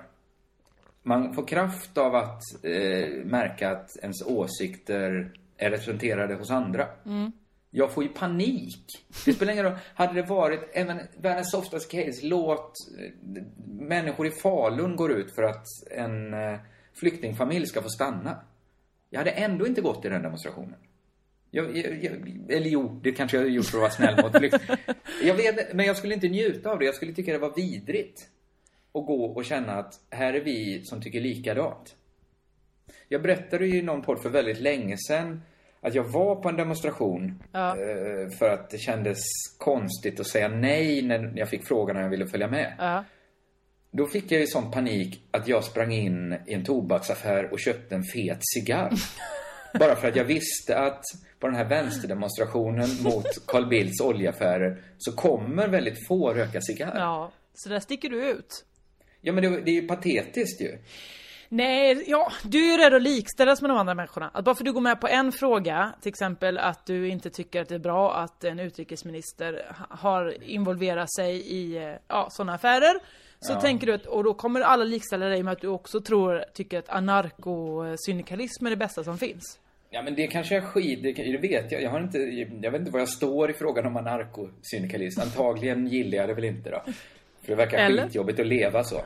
Man får kraft av att eh, märka att ens åsikter är representerade hos andra. Mm. Jag får ju panik. Det spelar ingen roll. Hade det varit även världens softaste case, låt eh, människor i Falun går ut för att en eh, flyktingfamilj ska få stanna. Jag hade ändå inte gått i den demonstrationen. Jag, jag, jag, eller jo, det kanske jag hade gjort för att vara snäll mot flykt. Jag vet, men jag skulle inte njuta av det. Jag skulle tycka det var vidrigt att gå och känna att här är vi som tycker likadant. Jag berättade ju i någon podd för väldigt länge sedan att jag var på en demonstration ja. eh, för att det kändes konstigt att säga nej när jag fick frågan om jag ville följa med. Ja. Då fick jag ju sån panik att jag sprang in i en tobaksaffär och köpte en fet cigarr. Bara för att jag visste att på den här vänsterdemonstrationen mot Carl Bildts oljeaffärer så kommer väldigt få röka cigarr. Ja, så där sticker du ut. Ja, men det, det är ju patetiskt ju. Nej, ja, du är ju rädd att likställas med de andra människorna. Att bara för att du går med på en fråga, till exempel att du inte tycker att det är bra att en utrikesminister har involverat sig i ja, sådana affärer. Så ja. Tänker du att, och då kommer alla likställa dig med att du också tror, tycker att anarkosyndikalism är det bästa som finns. Ja, men det kanske är skit, det, det vet jag. Jag, har inte, jag vet inte var jag står i frågan om anarkosyndikalism. Antagligen gillar jag det väl inte då. För det verkar Eller? skitjobbigt att leva så.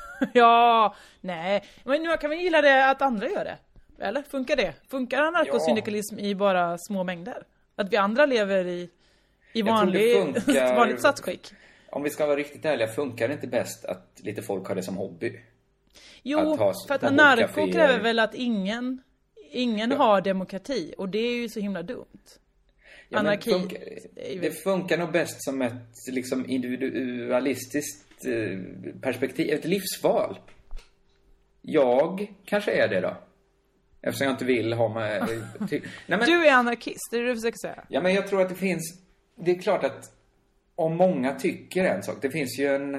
Ja, nej. Men nu kan vi gilla det att andra gör det. Eller funkar det? Funkar anarkosyndikalism ja. i bara små mängder? Att vi andra lever i, i vanlig, funkar, vanligt statsskick? Om vi ska vara riktigt ärliga, funkar det inte bäst att lite folk har det som hobby? Jo, att för att anarko kräver väl att ingen, ingen ja. har demokrati. Och det är ju så himla dumt. Ja, Anarki. Funkar, det funkar nog bäst som ett liksom, individualistiskt perspektiv, ett livsval. Jag kanske är det då. Eftersom jag inte vill ha med... Ty- Nej, men, du är anarkist, det är det du försöker säga. Ja, men jag tror att det finns... Det är klart att om många tycker en sak, det finns ju en...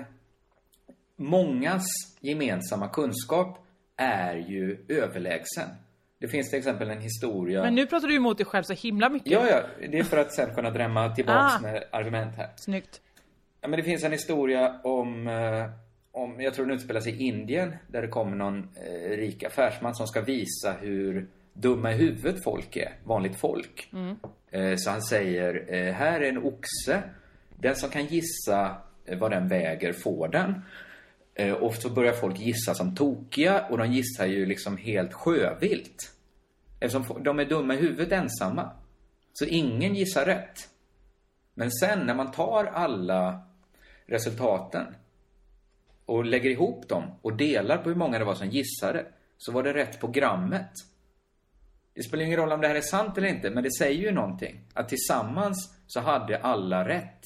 Mångas gemensamma kunskap är ju överlägsen. Det finns till exempel en historia... Men nu pratar du emot dig själv så himla mycket. Ja, ja. Det är för att sen kunna drämma tillbaks ah. med argument här. Snyggt. Ja, men det finns en historia om, eh, om jag tror det utspelar sig i Indien, där det kommer någon eh, rik affärsman som ska visa hur dumma i huvudet folk är, vanligt folk. Mm. Eh, så han säger, eh, här är en oxe, den som kan gissa eh, vad den väger får den. Eh, och så börjar folk gissa som tokiga, och de gissar ju liksom helt sjövilt. Eftersom de är dumma i huvudet ensamma. Så ingen gissar rätt. Men sen när man tar alla resultaten och lägger ihop dem och delar på hur många det var som gissade, så var det rätt på grammet. Det spelar ingen roll om det här är sant eller inte, men det säger ju någonting. Att tillsammans så hade alla rätt.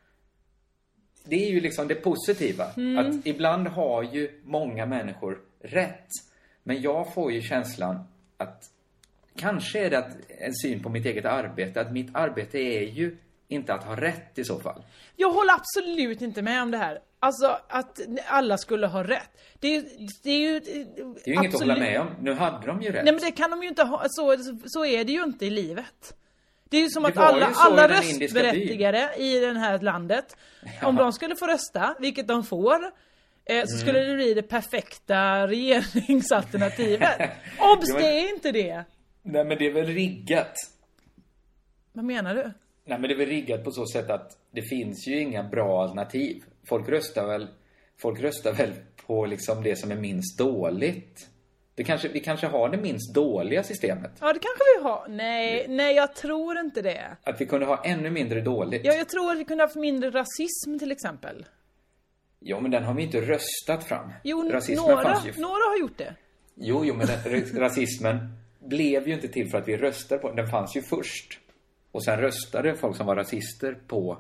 Det är ju liksom det positiva. Mm. Att ibland har ju många människor rätt. Men jag får ju känslan att kanske är det att, en syn på mitt eget arbete, att mitt arbete är ju inte att ha rätt i så fall. Jag håller absolut inte med om det här. Alltså att alla skulle ha rätt. Det är, det är ju... Det är ju inget att hålla med om. Nu hade de ju rätt. Nej, men det kan de ju inte ha. Så, så är det ju inte i livet. Det är ju som att alla, alla röstberättigade i det här landet, ja. om de skulle få rösta, vilket de får, eh, så skulle mm. det bli det perfekta regeringsalternativet. Obs, ja, men, det är inte det. Nej, men det är väl riggat. Vad menar du? Nej, men det är väl riggat på så sätt att det finns ju inga bra alternativ. Folk röstar väl, folk röstar väl på liksom det som är minst dåligt. Det kanske, vi kanske har det minst dåliga systemet. Ja, det kanske vi har. Nej, nej, jag tror inte det. Att vi kunde ha ännu mindre dåligt. Ja, jag tror att vi kunde ha haft mindre rasism till exempel. Ja, men den har vi inte röstat fram. Jo, några, ju... några har gjort det. Jo, jo, men rasismen blev ju inte till för att vi röstade på den. Den fanns ju först. Och sen röstade folk som var rasister på.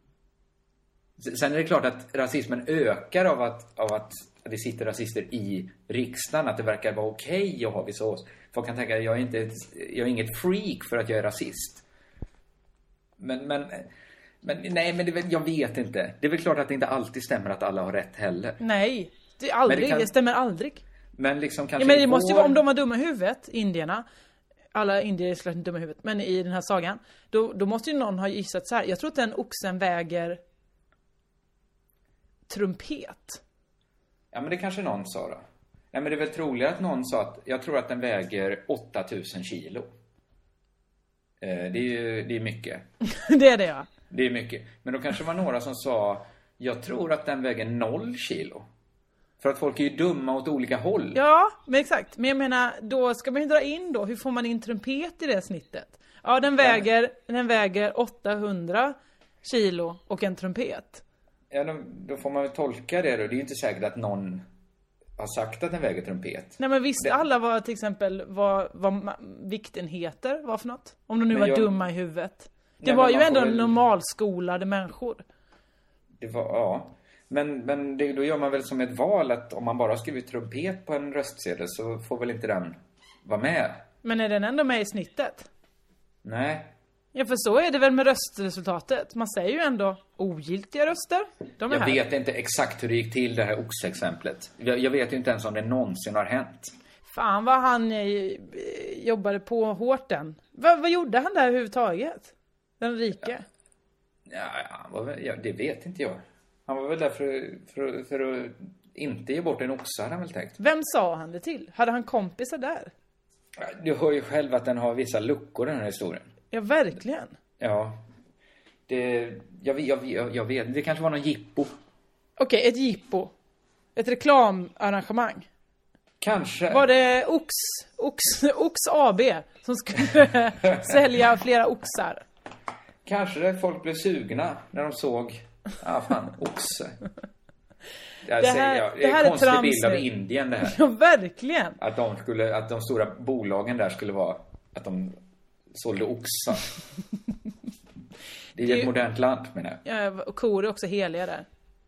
Sen är det klart att rasismen ökar av att, av att det sitter rasister i riksdagen. Att det verkar vara okej okay att ha vissa ås. Folk kan tänka att jag är, inte, jag är inget freak för att jag är rasist. Men, men, men nej, men det, jag vet inte. Det är väl klart att det inte alltid stämmer att alla har rätt heller. Nej, det, är aldrig, det, kan, det stämmer aldrig. Men liksom kanske... Ja, men det måste ju vara om de har dumma huvudet, indierna. alla indier är såklart inte dumma i huvudet, men i den här sagan, då, då måste ju någon ha gissat så här. Jag tror att den oxen väger trumpet. Ja, men det kanske någon sa då. Nej, men det är väl troligare att någon sa att jag tror att den väger åtta tusen kilo. Eh, det är ju det är mycket. Det är det, ja. Det är mycket. Men då kanske var några som sa jag tror att den väger noll kilo. För att folk är ju dumma åt olika håll. Ja, men exakt. Men jag menar, då ska man ju dra in då. Hur får man in trumpet i det snittet? Ja, den väger, ja. Den väger åttahundra kilo och en trumpet. Ja, då, då får man väl tolka det då. Det är ju inte säkert att någon har sagt att den väger trumpet. Nej, men visste det... alla vad till exempel vad, vad viktenheter var för något? Om de nu men var jag... dumma i huvudet. Det Nej, var ju ändå väl... normalskolade människor. Det var, ja. Men, men det, då gör man väl som ett val att om man bara skriver trumpet på en röstsedel så får väl inte den vara med. Men är den ändå med i snittet? Nej. Ja, för så är det väl med röstresultatet. Man säger ju ändå ogiltiga röster. De är jag här. vet inte exakt hur det gick till det här oxexemplet. Jag, jag vet ju inte ens om det någonsin har hänt. Fan vad han eh, jobbade på hårt den. Va, vad gjorde han där överhuvudtaget? Den rike? Ja, ja, ja, det vet inte jag. Han var väl där för, för, för att inte ge bort en oxa, hade han väl tänkt. Vem sa han det till? Hade han kompisar där? Du hör ju själv att den har vissa luckor, den här historien. Ja, verkligen. Ja. Det, jag, jag, jag, jag vet, det kanske var någon jippo. Okej, okay, ett jippo. Ett reklamarrangemang. Kanske. Var det Ox, Ox, Ox A B som skulle sälja flera oxar? Kanske det folk blev sugna när de såg... Ja, fan, oxe. Jag det här, säger, ja, det är en konstig bild av Indien det här. Ja, verkligen. Att de, skulle, att de stora bolagen där skulle vara att de sålde oxar. Det är ju ett modernt land, menar jag. Ja, och kor är också heliga där.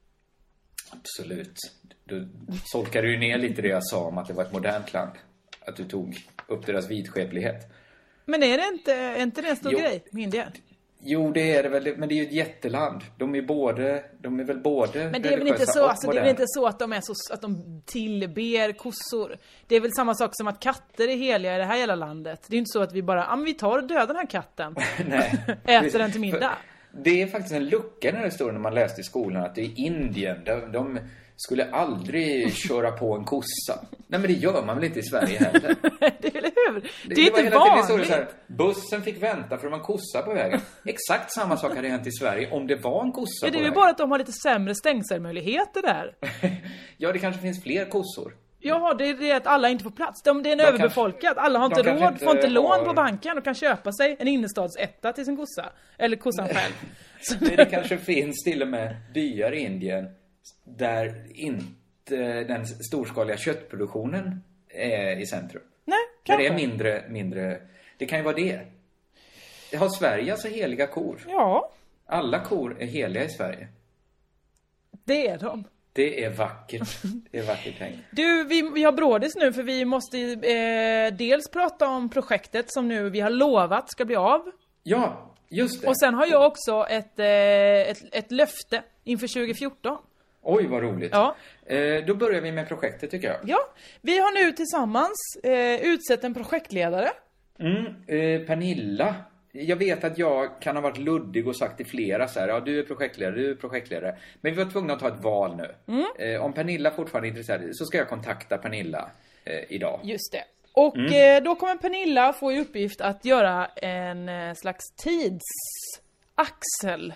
Absolut. Du solkade ju ner lite det jag sa om att det var ett modernt land. Att du tog upp deras vidskeplighet. Men är det inte, är inte det en stor jo. grej med Indien? Jo, det är det väl, men det är ju ett jätteland. De är både, de är väl både Men det är väl inte så, alltså, det är väl inte så att de är så att de tillber kossor. Det är väl samma sak som att katter är heliga i det här hela landet. Det är ju inte så att vi bara, ja men vi tar och dödar den här katten. Nej. Äter den till middag. För det är faktiskt en lucka när det står när man läste i skolan att det är Indien. De, de skulle aldrig köra på en kossa. Nej, men det gör man väl inte i Sverige heller. Det är väl hur? Det, det är det inte vanligt. Så här, bussen fick vänta för det var en kossa på vägen. Exakt samma sak hade hänt i Sverige om det var en kossa ja, på vägen. Det är ju bara att de har lite sämre stängselmöjligheter där. Ja, det kanske finns fler kossor. Ja, det är det att alla inte får plats. De, det är en de överbefolkat. Kanske, alla har inte råd, inte får inte lån har... på banken och kan köpa sig en innerstadsetta till sin kossa. Eller kossan själv. det, det kanske finns till och med byar i Indien där inte den storskaliga köttproduktionen är i centrum. Nej, kanske. Där det är mindre, mindre... Det kan ju vara det. Har Sverige alltså heliga kor? Ja. Alla kor är heliga i Sverige. Det är de. Det är vackert. Det är vackert tänkt. Du, vi, vi har brådis nu för vi måste eh, dels prata om projektet som nu vi har lovat ska bli av. Ja, just det. Och sen har jag också ett, eh, ett, ett löfte inför tjugo fjorton. Oj, vad roligt. Ja. Eh, då börjar vi med projektet tycker jag. Ja, vi har nu tillsammans eh, utsett en projektledare. Mm, eh, Pernilla. Jag vet att jag kan ha varit luddig och sagt till flera så här, ja du är projektledare, du är projektledare. Men vi var tvungna att ta ett val nu. Mm. Eh, om Pernilla fortfarande är intresserad så ska jag kontakta Pernilla eh, idag. Just det. Och mm. eh, då kommer Pernilla få i uppgift att göra en eh, slags tidsaxel.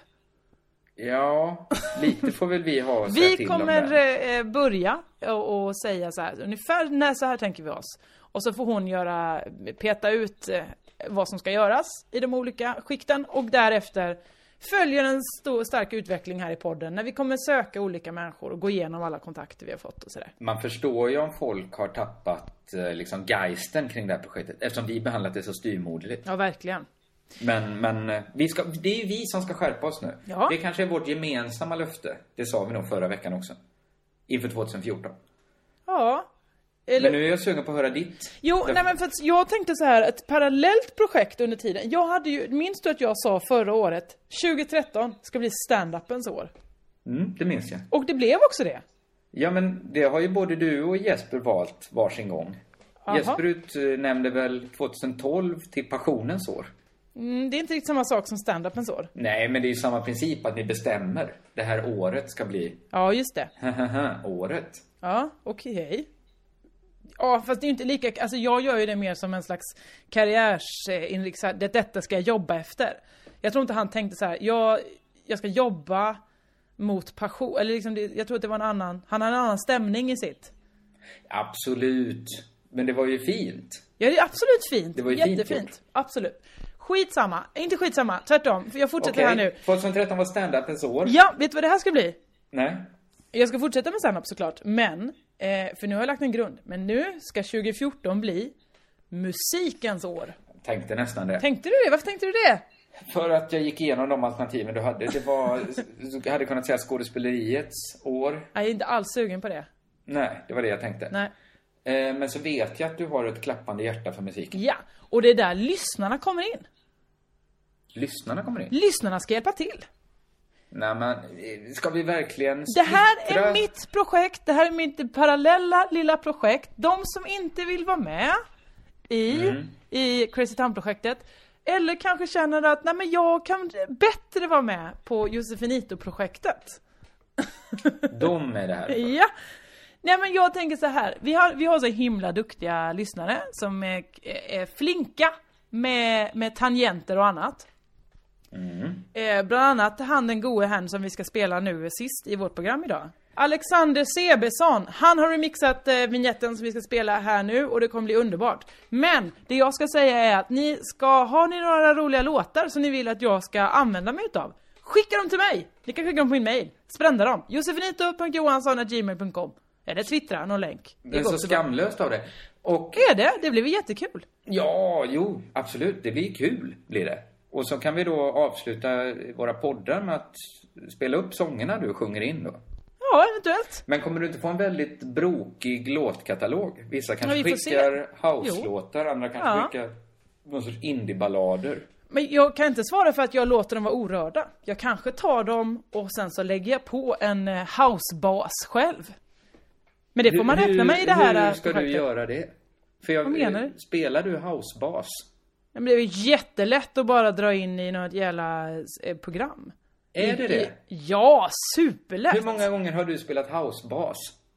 Ja, lite får väl vi ha. Vi kommer eh, börja och, och säga så här, ungefär när så här tänker vi oss. Och så får hon göra, peta ut eh, vad som ska göras i de olika skikten. Och därefter följer en stor, stark utveckling här i podden. När vi kommer söka olika människor och gå igenom alla kontakter vi har fått och sådär. Man förstår ju om folk har tappat eh, liksom geisten kring det här projektet. Eftersom vi behandlat det så styrmodligt. Ja, verkligen. Men, men vi ska, det är ju vi som ska skärpa oss nu. Ja. Det kanske är vårt gemensamma löfte. Det sa vi nog förra veckan också. Inför tjugo fjorton. Ja. Eller... Men nu är jag sugen på att höra ditt. Jo, nej men för att jag tänkte så här, ett parallellt projekt under tiden. Jag hade ju, minns du att jag sa förra året, tjugo tretton ska bli stand-upens år. Mm, det minns jag. Och det blev också det. Ja, men det har ju både du och Jesper valt varsin gång. Aha. Jesper utnämnde väl tjugohundratolv till passionens år. Mm, det är inte riktigt samma sak som stand-upens år. Nej, men det är ju samma princip att ni bestämmer. Det här året ska bli... Ja, just det. året. Ja, okej. Okay. Ja, fast det är ju inte lika... Alltså jag gör ju det mer som en slags karriärsinriktning. Det detta ska jag jobba efter. Jag tror inte han tänkte så här. Jag, jag ska jobba mot passion. Eller liksom det, jag tror att det var en annan... Han hade en annan stämning i sitt. Absolut. Men det var ju fint. Ja, det är absolut fint. Det var ju jättefint. Fint absolut. Skitsamma. Inte skitsamma. Tvärtom. För jag fortsätter okay. här nu. tjugohundratretton var stand-upens år. Ja, vet du vad det här ska bli? Nej. Jag ska fortsätta med stand-up såklart. Men, eh, för nu har jag lagt en grund. Men nu ska tjugofjorton bli musikens år. Tänkte nästan det. Tänkte du det? Varför tänkte du det? För att jag gick igenom de alternativen du hade. Det var, jag hade kunnat säga skådespeleriets år. Jag är inte alls sugen på det. Nej, det var det jag tänkte. Nej. Eh, men så vet jag att du har ett klappande hjärta för musik. Ja, och det är där lyssnarna kommer in. Lyssnarna kommer in? Lyssnarna ska hjälpa till. Nej, men ska vi verkligen splittra? Det här är mitt mitt projekt. Det här är mitt parallella lilla projekt. De som inte vill vara med i, mm. i Crazy Town-projektet. Eller kanske känner att nej, men jag kan bättre vara med på Josefinito-projektet. De är det här. Ja. Nej, men jag tänker så här. Vi har, vi har så himla duktiga lyssnare som är, är flinka med, med tangenter och annat. Mm. Eh, bland annat han den gode herrn som vi ska spela nu sist i vårt program idag. Alexander Sebesson. Han har remixat eh, vignetten som vi ska spela här nu och det kommer bli underbart. Men det jag ska säga är att ni ska, har ni några roliga låtar som ni vill att jag ska använda mig utav, skicka dem till mig. Ni kan skicka dem på min mail. Sprända dem. josefinito punkt johansson at gmail punkt com. Eller twittra, någon länk. Det är så skamlöst av det. Och är det? Det blir väl jättekul. Ja, jo, absolut. Det blir kul, blir det. Och så kan vi då avsluta våra poddar med att spela upp sångerna du sjunger in då. Ja, eventuellt. Men kommer du inte få en väldigt brokig låtkatalog? Vissa kanske ja, skickar house-låtar, andra kanske ja. skickar någon sorts indie-ballader. Men jag kan inte svara för att jag låter dem vara orörda. Jag kanske tar dem och sen så lägger jag på en house-bas själv. Men det får man räkna med i det här. Hur ska projektet. Du göra det? För jag, vad menar du? Spelar du house-bas? Men det är ju jättelätt att bara dra in i något jävla program. Är det det? Ja, superlätt. Hur många gånger har du spelat house-bas?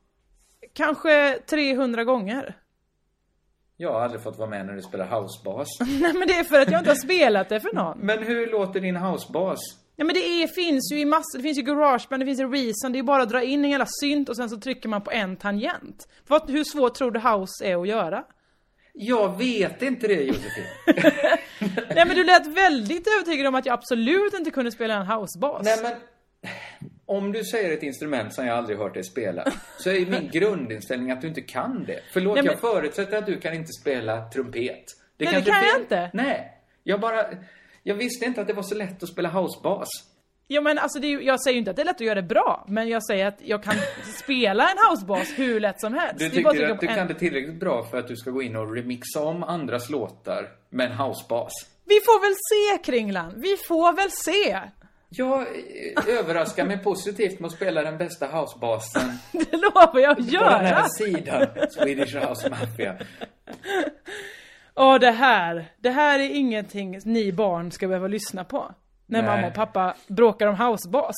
Kanske trehundra gånger. Jag har aldrig fått vara med när du spelar house-bas. Nej, men det är för att jag inte har spelat det för någon. Men hur låter din house-bas? Ja, men det är, finns ju i massor. Det finns ju GarageBand, det finns ju Reason. Det är bara att dra in en hela synt och sen så trycker man på en tangent. För hur svårt tror du house är att göra? Jag vet inte det, Josefin. Nej, men du lät väldigt övertygad om att jag absolut inte kunde spela en housebas. Nej, men om du säger ett instrument som jag aldrig hört dig spela, så är min grundinställning att du inte kan det. Förlåt, nej, men... jag förutsätter att du kan inte spela trumpet. Det Nej, det kan fel... jag inte. Nej, jag bara... Jag visste inte att det var så lätt att spela housebas. Ja, men alltså det är, jag säger ju inte att det är lätt att göra det bra, men jag säger att jag kan spela en housebas hur lätt som helst. Du tycker att du en... kan det tillräckligt bra för att du ska gå in och remixa om andras låtar med en housebas? Vi får väl se, Kringlan. Vi får väl se. Jag överraskar mig positivt med att spela den bästa housebasen. Det lovar jag att göra. På den här sidan, Swedish House Mafia. Åh, det här. Det här är ingenting ni barn ska behöva lyssna på. När Nej. mamma och pappa bråkar om housebas.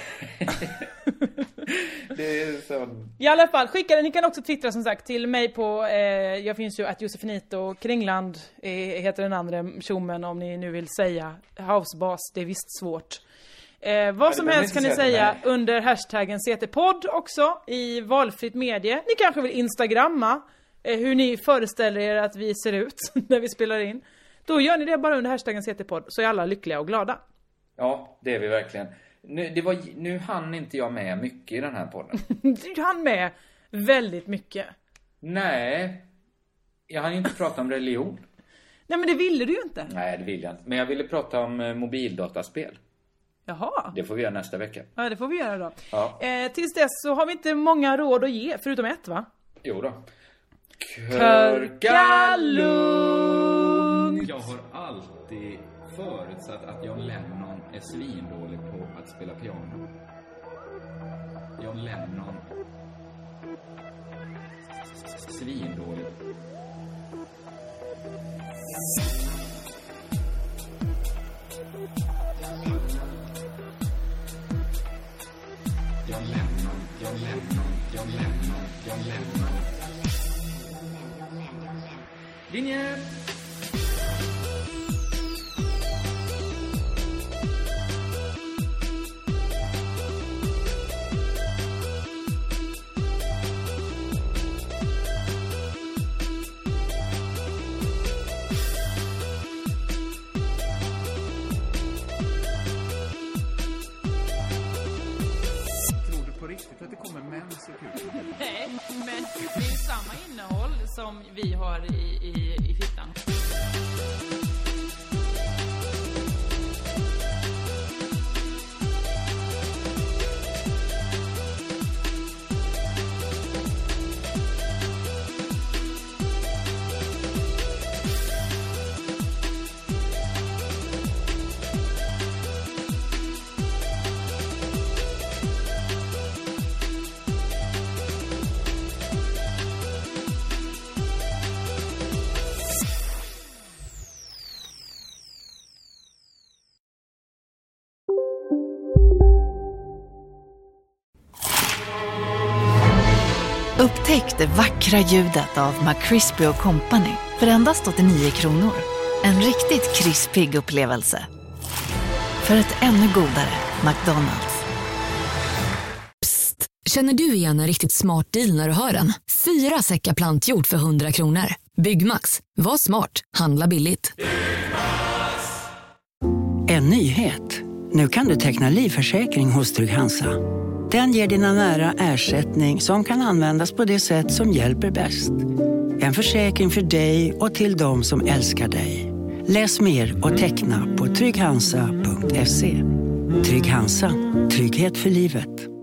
Det är så... I alla fall, skicka det. Ni kan också twittra som sagt till mig på... Eh, jag finns ju att Josefinito Kringland eh, heter den andra tjommen om ni nu vill säga housebas. Det är visst svårt. Eh, vad ja, som helst kan ni säga under hashtaggen C T-podd också i valfritt medie. Ni kanske vill instagramma eh, hur ni föreställer er att vi ser ut när vi spelar in. Då gör ni det bara under hashtaggen C T-podd så är alla lyckliga och glada. Ja, det är vi verkligen. Nu, det var, nu hann inte jag med mycket i den här podden. Du hann med väldigt mycket. Nej, jag hann inte prata om religion. Nej, men det ville du ju inte. Nej, det vill jag inte. Men jag ville prata om eh, mobildataspel. Jaha. Det får vi göra nästa vecka. Ja, det får vi göra då. Ja. Eh, tills dess så har vi inte många råd att ge, förutom ett, va? Jo då. Körkalung! Jag har alltid förutsatt att John Lennon är svindålig på att spela piano. John Lennon svindålig Linje! Tror du på riktigt att det kommer mens i kuken? Nej, men det är samma innehåll som vi har i, i, i fittan. Upptäck det vackra ljudet av McCrispy och Company för endast åttionio kronor. En riktigt krispig upplevelse. För ett ännu godare McDonald's. Psst, känner du igen en riktigt smart deal när du hör den? Fyra säckar plantjord för hundra kronor. Byggmax, var smart, handla billigt. En nyhet. Nu kan du teckna livförsäkring hos Trygg Hansa. Den ger dina nära ersättning som kan användas på det sätt som hjälper bäst. En försäkring för dig och till de som älskar dig. Läs mer och teckna på trygg hansa punkt se. Trygg Hansa. Trygghet för livet.